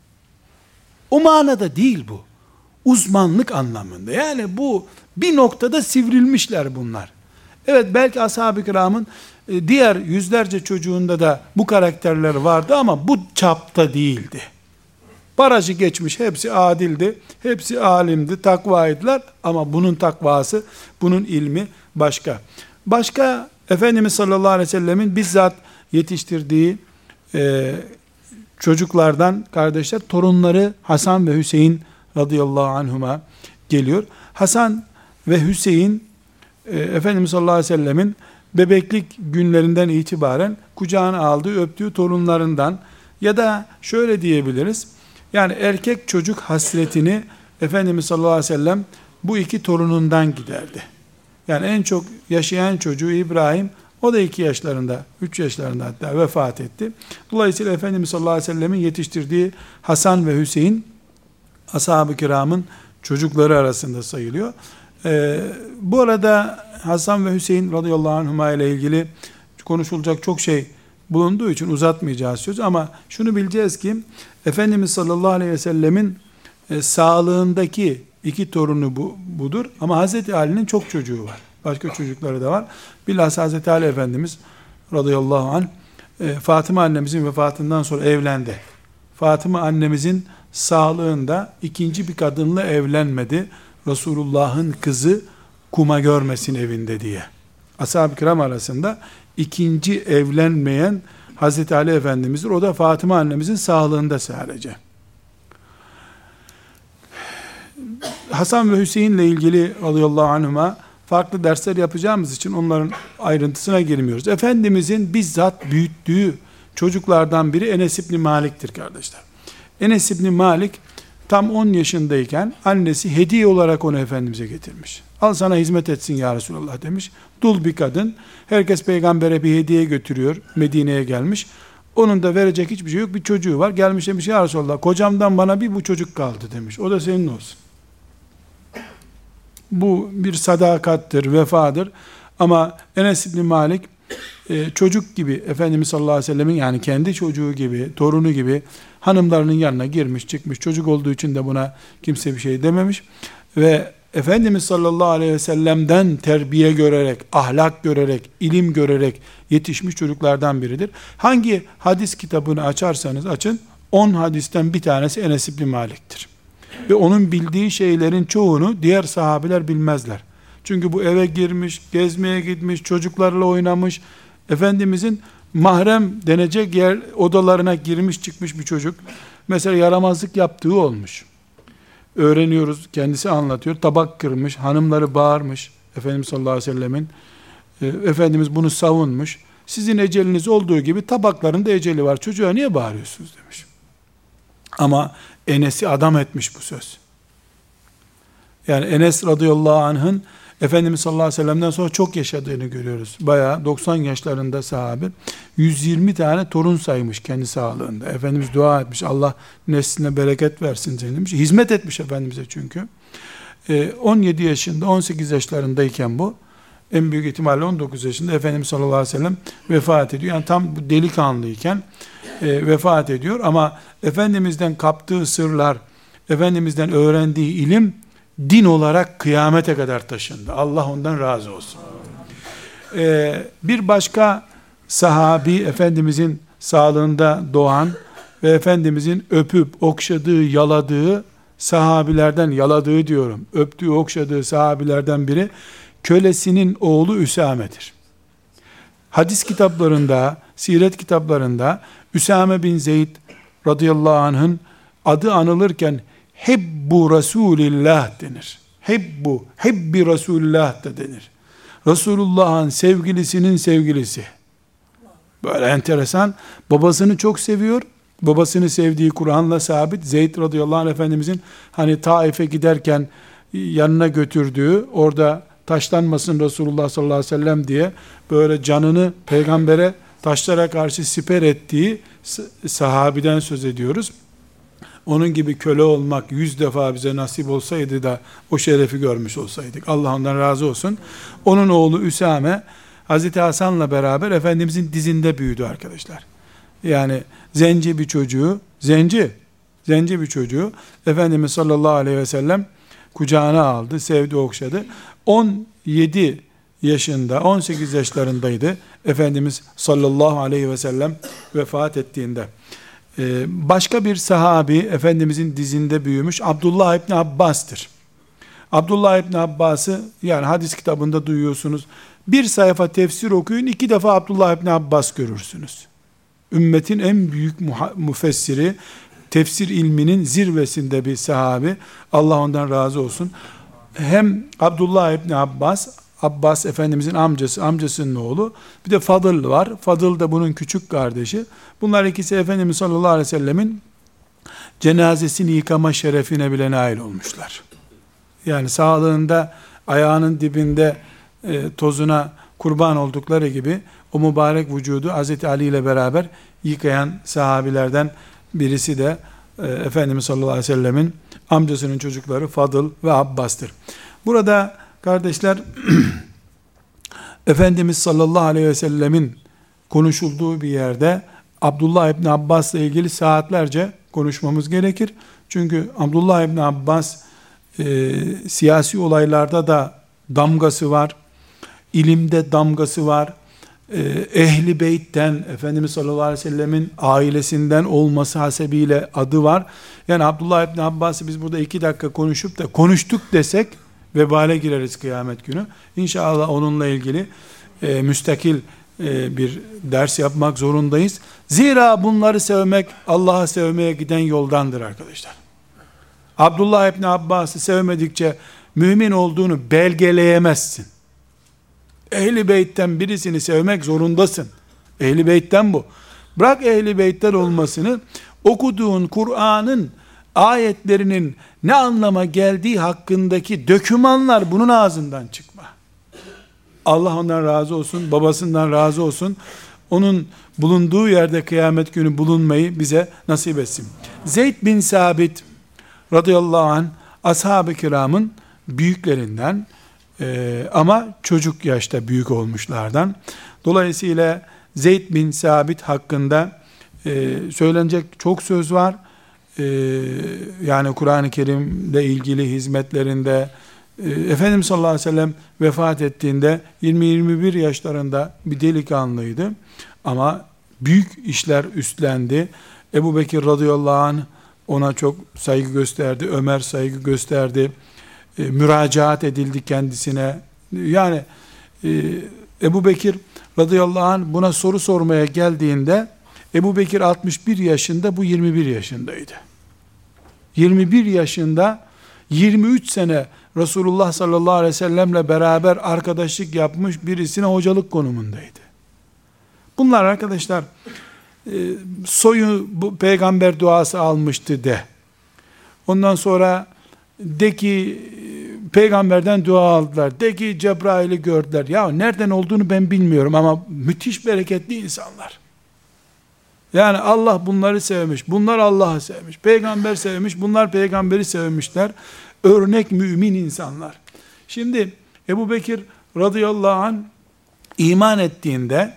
A: O manada değil bu. Uzmanlık anlamında. Yani bu bir noktada sivrilmişler bunlar. Evet, belki ashab-ı kiramın e, diğer yüzlerce çocuğunda da bu karakterler vardı ama bu çapta değildi. Barajı geçmiş, hepsi adildi, hepsi alimdi, takvaydılar ama bunun takvası, bunun ilmi başka. Başka, Efendimiz sallallahu aleyhi ve sellemin bizzat yetiştirdiği e, çocuklardan kardeşler, torunları Hasan ve Hüseyin radıyallahu anhuma geliyor. Hasan ve Hüseyin e, Efendimiz sallallahu aleyhi ve sellemin bebeklik günlerinden itibaren kucağına aldığı, öptüğü torunlarından, ya da şöyle diyebiliriz, yani erkek çocuk hasretini Efendimiz sallallahu aleyhi ve sellem bu iki torunundan giderdi. Yani en çok yaşayan çocuğu İbrahim, o da iki yaşlarında, üç yaşlarında hatta vefat etti. Dolayısıyla Efendimiz sallallahu aleyhi ve sellemin yetiştirdiği Hasan ve Hüseyin, ashab-ı kiramın çocukları arasında sayılıyor. Ee, bu arada Hasan ve Hüseyin radıyallahu anhuma ile ilgili konuşulacak çok şey bulunduğu için uzatmayacağız söz, ama şunu bileceğiz ki Efendimiz sallallahu aleyhi ve sellemin e, sağlığındaki iki torunu bu, budur. Ama Hazreti Ali'nin çok çocuğu var. Başka çocukları da var. Bilhassa Hazreti Ali Efendimiz radıyallahu anh e, Fatıma annemizin vefatından sonra evlendi. Fatıma annemizin sağlığında ikinci bir kadınla evlenmedi. Resulullah'ın kızı kuma görmesin evinde diye. Ashab-ı kiram arasında ikinci evlenmeyen Hazreti Ali Efendimiz'dir. O da Fatıma annemizin sağlığında sadece. Hasan ve Hüseyin ile ilgili radıyallahu anhuma farklı dersler yapacağımız için onların ayrıntısına girmiyoruz. Efendimizin bizzat büyüttüğü çocuklardan biri Enes İbni Malik'tir kardeşler. Enes İbni Malik tam on yaşındayken annesi hediye olarak onu Efendimiz'e getirmiş. Al sana hizmet etsin ya Resulallah demiş. Dul bir kadın. Herkes peygambere bir hediye götürüyor. Medine'ye gelmiş. Onun da verecek hiçbir şey yok. Bir çocuğu var. Gelmiş demiş ya Resulallah kocamdan bana bir bu çocuk kaldı demiş. O da senin olsun. Bu bir sadakattır, vefadır. Ama Enes İbni Malik e, çocuk gibi Efendimiz sallallahu aleyhi ve sellemin yani kendi çocuğu gibi, torunu gibi hanımlarının yanına girmiş çıkmış. Çocuk olduğu için de buna kimse bir şey dememiş. Ve Efendimiz sallallahu aleyhi ve sellem'den terbiye görerek, ahlak görerek, ilim görerek yetişmiş çocuklardan biridir. Hangi hadis kitabını açarsanız açın, on hadisten bir tanesi Enes İbni Malik'tir. Ve onun bildiği şeylerin çoğunu diğer sahabiler bilmezler. Çünkü bu eve girmiş, gezmeye gitmiş, çocuklarla oynamış, Efendimizin mahrem denecek yer odalarına girmiş çıkmış bir çocuk. Mesela yaramazlık yaptığı olmuş. Öğreniyoruz, kendisi anlatıyor. Tabak kırmış, hanımları bağırmış Efendimiz sallallahu aleyhi ve sellemin. Efendimiz bunu savunmuş. Sizin eceliniz olduğu gibi tabakların da eceli var. Çocuğa niye bağırıyorsunuz demiş. Ama Enes'i adam etmiş bu söz. Yani Enes radıyallahu anh'ın Efendimiz sallallahu aleyhi ve sellem'den sonra çok yaşadığını görüyoruz. Bayağı doksan yaşlarında sahabe. yüz yirmi tane torun saymış kendi sağlığında. Efendimiz dua etmiş. Allah nesline bereket versin seni demiş. Hizmet etmiş Efendimiz'e çünkü. on yedi yaşında, on sekiz yaşlarındayken bu. En büyük ihtimalle on dokuz yaşında Efendimiz sallallahu aleyhi ve sellem vefat ediyor. Yani tam bu delikanlıyken e, vefat ediyor. Ama Efendimiz'den kaptığı sırlar, Efendimiz'den öğrendiği ilim din olarak kıyamete kadar taşındı. Allah ondan razı olsun. Ee, bir başka sahabi Efendimizin sağlığında doğan ve Efendimizin öpüp okşadığı, yaladığı sahabilerden, yaladığı diyorum, öptüğü, okşadığı sahabilerden biri kölesinin oğlu Üsame'dir. Hadis kitaplarında, siret kitaplarında Üsame bin Zeyd radıyallahu anh'ın adı anılırken Hebbu Resulillah denir. Hebbu, Hebbi Resulillah da denir. Resulullah'ın sevgilisinin sevgilisi. Böyle enteresan. Babasını çok seviyor. Babasını sevdiği Kur'an'la sabit. Zeyd radıyallahu anh Efendimizin hani Taif'e giderken yanına götürdüğü, orada taşlanmasın Resulullah sallallahu aleyhi ve sellem diye böyle canını peygambere taşlara karşı siper ettiği sahabiden söz ediyoruz. Onun gibi köle olmak yüz defa bize nasip olsaydı da o şerefi görmüş olsaydık. Allah ondan razı olsun. Onun oğlu Üsame, Hazreti Hasan'la beraber Efendimizin dizinde büyüdü arkadaşlar. Yani zenci bir çocuğu, zenci, zenci bir çocuğu Efendimiz sallallahu aleyhi ve sellem kucağına aldı, sevdi, okşadı. on yedi yaşında, on sekiz yaşlarındaydı Efendimiz sallallahu aleyhi ve sellem vefat ettiğinde. Ee, başka bir sahabi Efendimizin dizinde büyümüş Abdullah İbni Abbas'tır. Abdullah İbni Abbas'ı yani hadis kitabında duyuyorsunuz. Bir sayfa tefsir okuyun, iki defa Abdullah İbni Abbas görürsünüz. Ümmetin en büyük müfessiri, tefsir ilminin zirvesinde bir sahabi. Allah ondan razı olsun. Hem Abdullah İbni Abbas, Abbas Efendimizin amcası, amcasının oğlu. Bir de Fadıl var. Fadıl da bunun küçük kardeşi. Bunlar ikisi Efendimiz sallallahu aleyhi ve sellemin cenazesini yıkama şerefine bile nail olmuşlar. Yani sağlığında ayağının dibinde e, tozuna kurban oldukları gibi o mübarek vücudu Hazreti Ali ile beraber yıkayan sahabilerden birisi de e, Efendimiz sallallahu aleyhi ve sellemin amcasının çocukları Fadıl ve Abbas'tır. Burada kardeşler Efendimiz sallallahu aleyhi ve sellemin konuşulduğu bir yerde Abdullah İbni Abbas'la ilgili saatlerce konuşmamız gerekir. Çünkü Abdullah İbni Abbas e, siyasi olaylarda da damgası var, ilimde damgası var, e, Ehl-i Beyt'ten Efendimiz sallallahu aleyhi ve sellemin ailesinden olması hasebiyle adı var. Yani Abdullah İbni Abbas'ı biz burada iki dakika konuşup da konuştuk desek vebale gireriz kıyamet günü. İnşallah onunla ilgili e, müstakil e, bir ders yapmak zorundayız. Zira bunları sevmek Allah'ı sevmeye giden yoldandır arkadaşlar. Abdullah İbni Abbas'ı sevmedikçe mümin olduğunu belgeleyemezsin. Ehl-i Beyt'ten birisini sevmek zorundasın. Ehl-i Beyt'ten bu. Bırak Ehl-i Beyt'ten olmasını, okuduğun Kur'an'ın ayetlerinin ne anlama geldiği hakkındaki dokümanlar bunun ağzından çıkma. Allah ondan razı olsun, babasından razı olsun. Onun bulunduğu yerde kıyamet günü bulunmayı bize nasip etsin. Zeyd bin Sabit radıyallahu anh ashab-ı kiramın büyüklerinden e, ama çocuk yaşta büyük olmuşlardan. Dolayısıyla Zeyd bin Sabit hakkında e, söylenecek çok söz var. E, yani Kur'an-ı Kerim'le ilgili hizmetlerinde e, Efendimiz sallallahu aleyhi ve sellem vefat ettiğinde yirmi yirmi bir yaşlarında bir delikanlıydı. Ama büyük işler üstlendi. Ebu Bekir radıyallahu anh ona çok saygı gösterdi. Ömer saygı gösterdi. E, müracaat edildi kendisine. Yani e, Ebu Bekir radıyallahu anh buna soru sormaya geldiğinde Ebu Bekir altmış bir yaşında, bu yirmi bir yaşındaydı. yirmi bir yaşında yirmi üç sene Resulullah sallallahu aleyhi ve sellemle beraber arkadaşlık yapmış birisine hocalık konumundaydı. Bunlar arkadaşlar e, soyu bu peygamber duası almıştı de. Ondan sonra de ki peygamberden dua aldılar. De ki Cebrail'i gördüler. Ya nereden olduğunu ben bilmiyorum ama müthiş bereketli insanlar. Yani Allah bunları sevmiş. Bunlar Allah'ı sevmiş. Peygamber sevmiş. Bunlar peygamberi sevmişler. Örnek mümin insanlar. Şimdi Ebu Bekir radıyallahu anh iman ettiğinde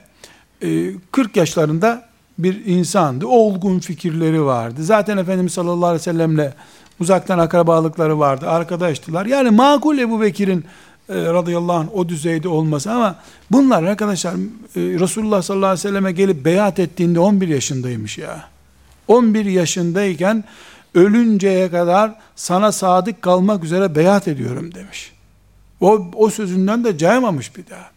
A: kırk yaşlarında bir insandı. Olgun fikirleri vardı. Zaten Efendimiz sallallahu aleyhi ve sellemle uzaktan akrabalıkları vardı. Arkadaştılar. Yani makul Ebu Bekir'in e, radıyallahu anh o düzeyde olması ama bunlar arkadaşlar e, Resulullah sallallahu aleyhi ve selleme gelip beyat ettiğinde on bir yaşındaymış ya. on bir yaşındayken ölünceye kadar sana sadık kalmak üzere beyat ediyorum demiş. O, o sözünden de caymamış bir daha.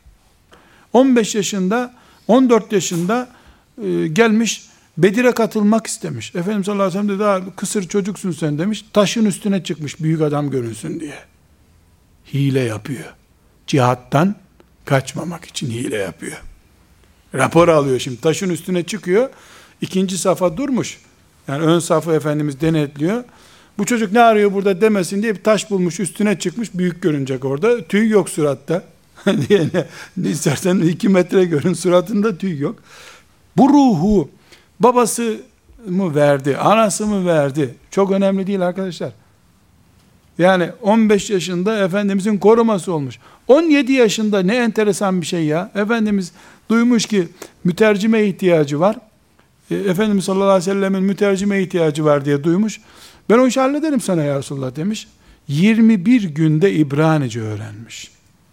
A: on beş yaşında, on dört yaşında e, gelmiş Bedir'e katılmak istemiş. Efendimiz sallallahu aleyhi ve sellem de daha kısır çocuksun sen demiş. Taşın üstüne çıkmış büyük adam görünsün diye. Hile yapıyor. Cihattan kaçmamak için hile yapıyor. Rapor alıyor şimdi. Taşın üstüne çıkıyor. İkinci safa durmuş. Yani ön safı Efendimiz denetliyor. Bu çocuk ne arıyor burada demesin diye bir taş bulmuş. Üstüne çıkmış. Büyük görünecek orada. Tüy yok suratta. Yani istersen iki metre görün. Suratında tüy yok. Bu ruhu babası mı verdi, anası mı verdi? Çok önemli değil arkadaşlar. Yani on beş yaşında Efendimizin koruması olmuş. on yedi yaşında ne enteresan bir şey ya. Efendimiz duymuş ki mütercime ihtiyacı var. E, Efendimiz sallallahu aleyhi ve sellemin mütercime ihtiyacı var diye duymuş. Ben o işi hallederim sana ya Resulullah demiş. yirmi bir günde İbranice öğrenmiş.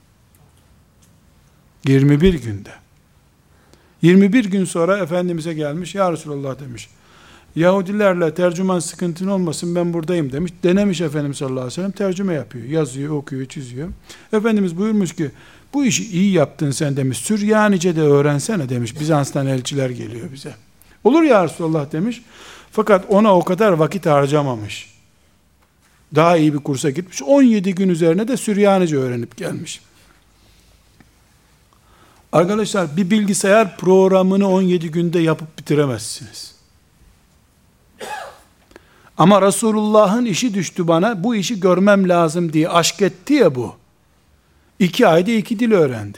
A: yirmi bir günde. yirmi bir gün sonra Efendimiz'e gelmiş. Ya Resulullah demiş. Yahudilerle tercüman sıkıntın olmasın ben buradayım demiş. Denemiş Efendimiz sallallahu aleyhi ve sellem tercüme yapıyor. Yazıyor, okuyor, çiziyor. Efendimiz buyurmuş ki bu işi iyi yaptın sen demiş. Süryanice de öğrensene demiş. Bizans'tan elçiler geliyor bize. Olur ya Resulullah demiş. Fakat ona o kadar vakit harcamamış. Daha iyi bir kursa gitmiş. on yedi gün üzerine de Süryanice öğrenip gelmiş. Arkadaşlar bir bilgisayar programını on yedi günde yapıp bitiremezsiniz. Ama Resulullah'ın işi düştü bana, bu işi görmem lazım diye aşk etti ya bu. İki ayda iki dil öğrendi.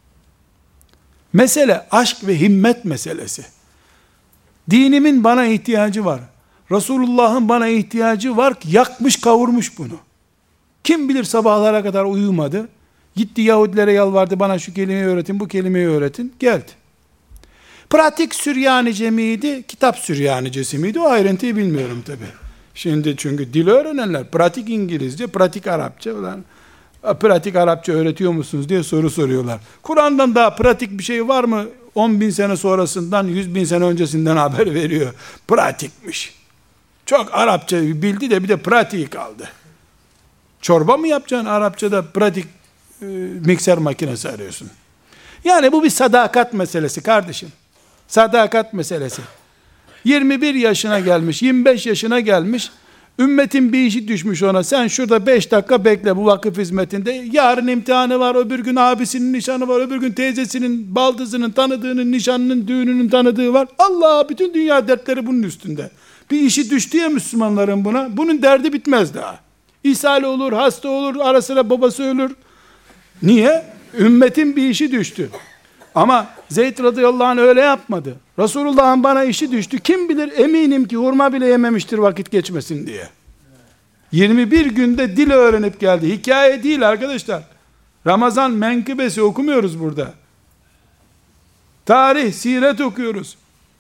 A: Mesele aşk ve himmet meselesi. Dinimin bana ihtiyacı var. Resulullah'ın bana ihtiyacı var. Yakmış kavurmuş bunu. Kim bilir sabahlara kadar uyumadı. Gitti Yahudilere yalvardı, bana şu kelimeyi öğretin, bu kelimeyi öğretin. Geldi. Pratik Süryanice miydi, kitap Süryanicesi miydi? O ayrıntıyı bilmiyorum tabi. Şimdi çünkü dil öğrenenler, pratik İngilizce, pratik Arapça olan, pratik Arapça öğretiyor musunuz diye soru soruyorlar. Kur'an'dan daha pratik bir şey var mı? on bin sene sonrasından, yüz bin sene öncesinden haber veriyor. Pratikmiş. Çok Arapça bildi de bir de pratiği kaldı. Çorba mı yapacaksın Arapçada pratik e, mikser makinesi arıyorsun. Yani bu bir sadakat meselesi kardeşim. Sadakat meselesi. yirmi bir yaşına gelmiş, yirmi beş yaşına gelmiş, Ümmetin bir işi düşmüş ona. Sen şurada beş dakika bekle bu vakıf hizmetinde. Yarın imtihanı var, öbür gün abisinin nişanı var, öbür gün teyzesinin, baldızının, tanıdığının, nişanının, düğününün tanıdığı var. Allah, bütün dünya dertleri bunun üstünde. Bir işi düştü ya Müslümanların buna. Bunun derdi bitmez daha. İshal olur, hasta olur, ara sıra babası ölür. Niye? Ümmetin bir işi düştü. Ama Zeyd radıyallahu anh öyle yapmadı. Resulullah'ın bana işi düştü. Kim bilir, eminim ki hurma bile yememiştir vakit geçmesin diye. yirmi bir günde dil öğrenip geldi. Hikaye değil arkadaşlar. Ramazan menkıbesi okumuyoruz burada. Tarih, siret okuyoruz.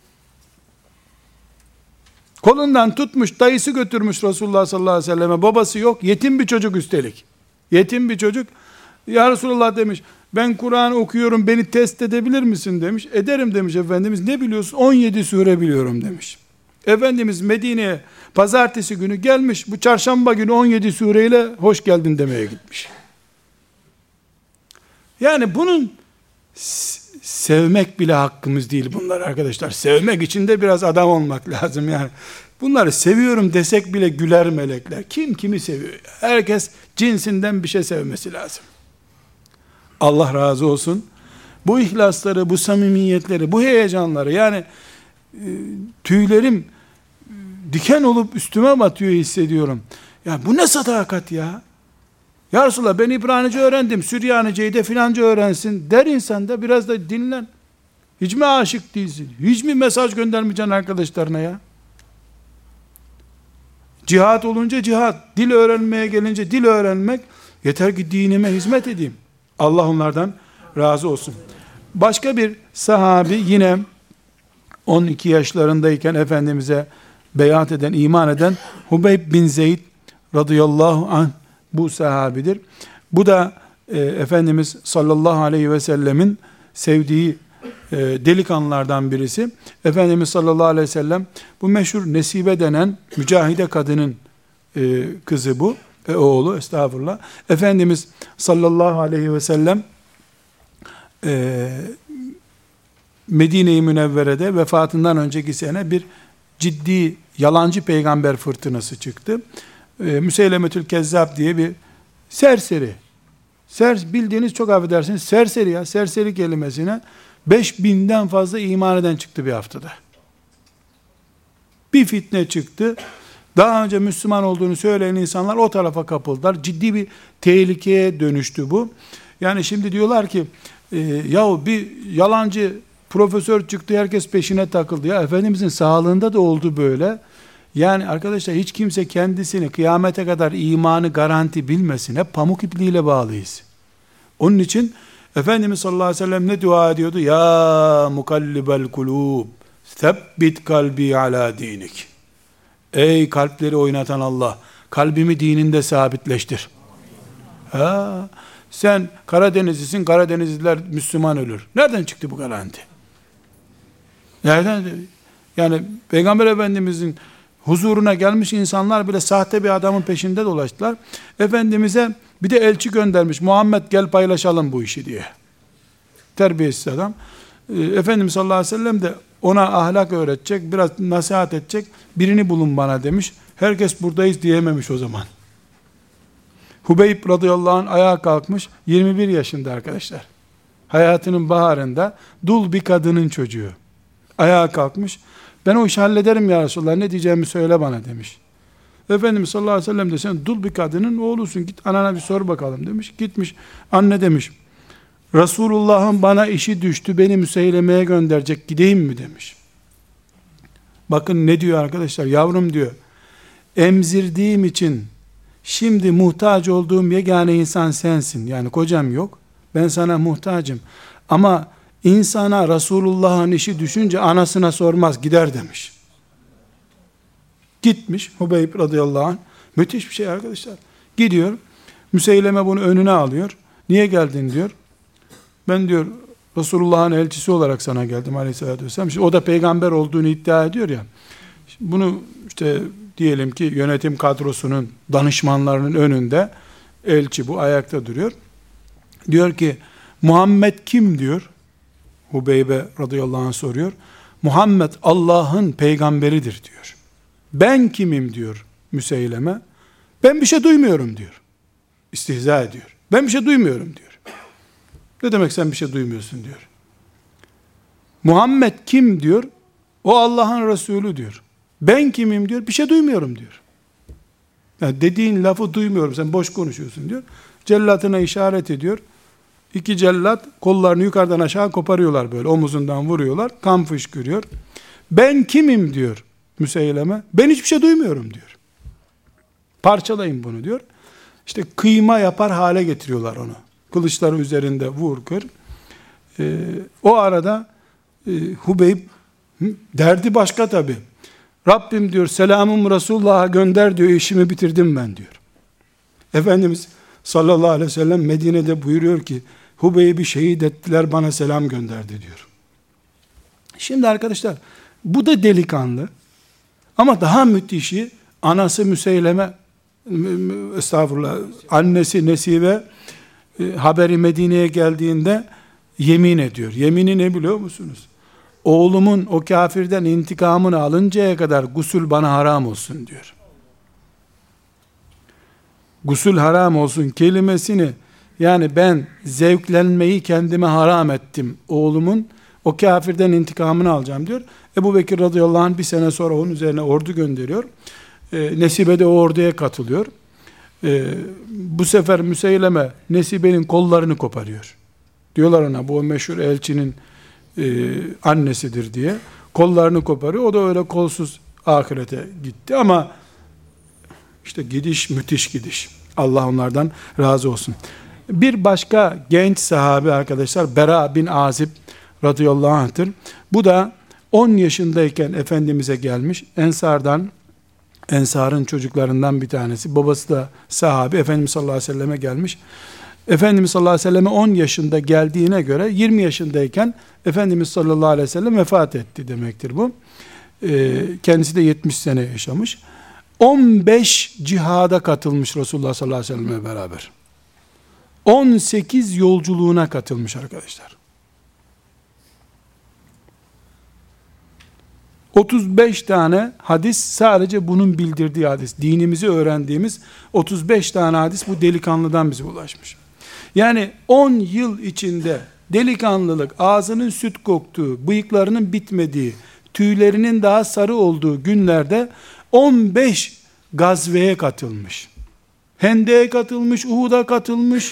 A: Kolundan tutmuş, dayısı götürmüş Resulullah sallallahu aleyhi ve selleme. Babası yok, yetim bir çocuk üstelik. Yetim bir çocuk. Ya Resulullah demiş, ben Kur'an okuyorum, beni test edebilir misin demiş. Ederim demiş Efendimiz. Ne biliyorsun? on yedi sure biliyorum demiş. Efendimiz Medine'ye pazartesi günü gelmiş, bu çarşamba günü on yedi sureyle hoş geldin demeye gitmiş. Yani bunun sevmek bile hakkımız değil bunlar arkadaşlar. Sevmek için de biraz adam olmak lazım yani. Bunları seviyorum desek bile güler melekler. Kim kimi seviyor? Herkes cinsinden bir şey sevmesi lazım. Allah razı olsun. Bu ihlasları, bu samimiyetleri, bu heyecanları, yani e, tüylerim e, diken olup üstüme batıyor hissediyorum. Ya bu ne sadakat ya? Ya Resulallah, ben İbranice öğrendim, Süryanice'yi de filanca öğrensin der insan da, biraz da dinlen. Hiç mi aşık değilsin? Hiç mi mesaj göndermeyeceksin arkadaşlarına ya? Cihat olunca cihat, dil öğrenmeye gelince dil öğrenmek, yeter ki dinime hizmet edeyim. Allah onlardan razı olsun. Başka bir sahabi yine on iki yaşlarındayken Efendimiz'e beyat eden, iman eden Hubeyb bin Zeyd radıyallahu anh, bu sahabidir. Bu da e, Efendimiz sallallahu aleyhi ve sellemin sevdiği e, delikanlılardan birisi. Efendimiz sallallahu aleyhi ve sellem, bu meşhur Nesibe denen mücahide kadının e, kızı bu. E, oğlu, estağfurullah. Efendimiz sallallahu aleyhi ve sellem e, Medine-i Münevvere'de vefatından önceki sene bir ciddi yalancı peygamber fırtınası çıktı. E, Müseylemetül Kezzab diye bir serseri, ser, bildiğiniz, çok affedersiniz, serseri ya, serseri kelimesine beş binden fazla iman eden çıktı bir haftada. Bir fitne çıktı. Daha önce Müslüman olduğunu söyleyen insanlar o tarafa kapıldılar. Ciddi bir tehlikeye dönüştü bu. Yani şimdi diyorlar ki e, yahu bir yalancı profesör çıktı, herkes peşine takıldı. Ya Efendimizin sağlığında da oldu böyle. Yani arkadaşlar, hiç kimse kendisini kıyamete kadar imanı garanti bilmesin. Hep pamuk ipliğiyle bağlıyız. Onun için Efendimiz sallallahu aleyhi ve sellem ne dua ediyordu? Ya mukallibel kulub, sebbit kalbi ala dinik. Ey kalpleri oynatan Allah, kalbimi dininde sabitleştir. Ha, sen Karadenizlisin, Karadenizliler Müslüman ölür. Nereden çıktı bu garanti? Nereden? Yani Peygamber Efendimizin huzuruna gelmiş insanlar bile sahte bir adamın peşinde dolaştılar. Efendimiz'e bir de elçi göndermiş. Muhammed, gel paylaşalım bu işi diye. Terbiyesiz adam. Efendimiz sallallahu aleyhi ve sellem de ona ahlak öğretecek, biraz nasihat edecek, birini bulun bana demiş. Herkes buradayız diyememiş o zaman. Hubeyb radıyallahu anh ayağa kalkmış, yirmi bir yaşında arkadaşlar. Hayatının baharında, dul bir kadının çocuğu. Ayağa kalkmış, ben o işi hallederim ya Resulallah, ne diyeceğimi söyle bana demiş. Efendimiz sallallahu aleyhi ve sellem de, sen dul bir kadının oğlusun, git anana bir sor bakalım demiş. Gitmiş, anne demiş, Resulullah'ın bana işi düştü, beni Müseyleme'ye gönderecek, gideyim mi demiş. Bakın ne diyor arkadaşlar, yavrum diyor, emzirdiğim için şimdi muhtaç olduğum yegane insan sensin. Yani kocam yok, ben sana muhtacım. Ama insana Resulullah'ın işi düşünce anasına sormaz, gider demiş. Gitmiş Hubeyb radıyallahu anh, müthiş bir şey arkadaşlar. Gidiyor, Müseyleme bunu önüne alıyor. Niye geldin diyor. Ben diyor Resulullah'ın elçisi olarak sana geldim aleyhissalatü vesselam. Şimdi o da peygamber olduğunu iddia ediyor ya. Bunu işte diyelim ki yönetim kadrosunun, danışmanlarının önünde elçi bu ayakta duruyor. Diyor ki Muhammed kim diyor. Hubeybe radıyallahu anh soruyor. Muhammed Allah'ın peygamberidir diyor. Ben kimim diyor Müseyleme. Ben bir şey duymuyorum diyor. İstihza ediyor. Ben bir şey duymuyorum diyor. Ne demek sen bir şey duymuyorsun diyor. Muhammed kim diyor? O Allah'ın Resulü diyor. Ben kimim diyor. Bir şey duymuyorum diyor. Yani dediğin lafı duymuyorum. Sen boş konuşuyorsun diyor. Cellatına işaret ediyor. İki cellat kollarını yukarıdan aşağı koparıyorlar böyle. Omuzundan vuruyorlar. Kan fışkırıyor. Ben kimim diyor Müseyleme. Ben hiçbir şey duymuyorum diyor. Parçalayın bunu diyor. İşte kıyma yapar hale getiriyorlar onu. Kılıçları üzerinde vur kır. Ee, o arada e, Hubeyb derdi başka tabi. Rabbim diyor selamım Resulullah'a gönder diyor, işimi bitirdim ben diyor. Efendimiz sallallahu aleyhi ve sellem Medine'de buyuruyor ki Hubeyb'i şehit ettiler, bana selam gönderdi diyor. Şimdi arkadaşlar bu da delikanlı ama daha müthişi anası Müseyleme, estağfurullah, annesi Nesibe e, haberi Medine'ye geldiğinde yemin ediyor. Yemini ne biliyor musunuz? Oğlumun o kafirden intikamını alıncaya kadar gusül bana haram olsun diyor. Gusül haram olsun kelimesini, yani ben zevklenmeyi kendime haram ettim. Oğlumun o kafirden intikamını alacağım diyor. Ebu Bekir radıyallahu anh bir sene sonra onun üzerine ordu gönderiyor. E, Nesibe de o orduya katılıyor. E, bu sefer Müseyleme Nesibe'nin kollarını koparıyor. Diyorlar ona bu meşhur elçinin e, annesidir diye. Kollarını koparıyor. O da öyle kolsuz ahirete gitti ama işte gidiş müthiş gidiş. Allah onlardan razı olsun. Bir başka genç sahabe arkadaşlar Bera bin Azib radıyallahu anh'tır. Bu da on yaşındayken Efendimiz'e gelmiş. Ensardan, Ensar'ın çocuklarından bir tanesi. Babası da sahabe. Efendimiz sallallahu aleyhi ve selleme gelmiş. Efendimiz sallallahu aleyhi ve selleme on yaşında geldiğine göre yirmi yaşındayken Efendimiz sallallahu aleyhi ve sellem vefat etti demektir bu. Ee, kendisi de yetmiş sene yaşamış. on beş cihada katılmış Resulullah sallallahu aleyhi ve sellem'le beraber. on sekiz yolculuğuna katılmış arkadaşlar. otuz beş tane hadis, sadece bunun bildirdiği hadis. Dinimizi öğrendiğimiz otuz beş tane hadis bu delikanlıdan bize ulaşmış. Yani on yıl içinde delikanlılık, ağzının süt koktuğu, bıyıklarının bitmediği, tüylerinin daha sarı olduğu günlerde on beş gazveye katılmış. Hendek'e katılmış, Uhud'a katılmış.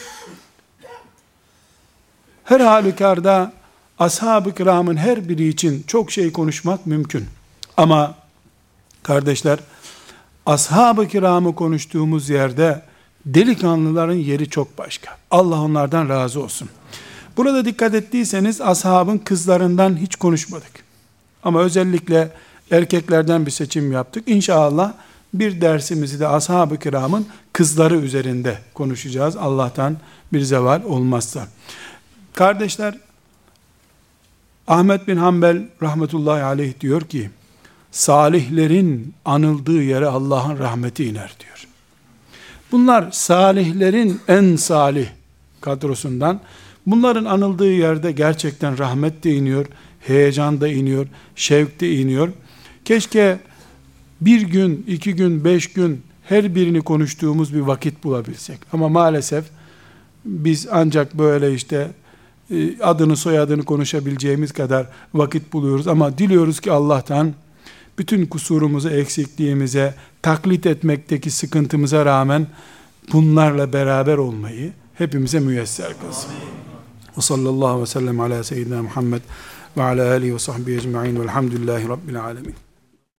A: Her halükarda ashab-ı kiramın her biri için çok şey konuşmak mümkün. Ama kardeşler, ashab-ı kiramı konuştuğumuz yerde delikanlıların yeri çok başka. Allah onlardan razı olsun. Burada dikkat ettiyseniz ashabın kızlarından hiç konuşmadık. Ama özellikle erkeklerden bir seçim yaptık. İnşallah bir dersimizi de ashab-ı kiramın kızları üzerinde konuşacağız. Allah'tan bir zeval olmazsa. Kardeşler, Ahmet bin Hanbel rahmetullahi aleyh diyor ki, salihlerin anıldığı yere Allah'ın rahmeti iner diyor. Bunlar salihlerin en salih kadrosundan. Bunların anıldığı yerde gerçekten rahmet de iniyor, heyecan da iniyor, şevk de iniyor. Keşke bir gün, iki gün, beş gün her birini konuştuğumuz bir vakit bulabilsek. Ama maalesef biz ancak böyle işte adını soyadını konuşabileceğimiz kadar vakit buluyoruz. Ama diliyoruz ki Allah'tan bütün kusurumuza, eksikliğimize, taklit etmekteki sıkıntımıza rağmen bunlarla beraber olmayı hepimize müyesser kılsın. Ve sallallahu aleyhi ve sellem ala seyyidina Muhammed ve ala alihi ve sahbihi ecma'in velhamdülillahi rabbil alemin.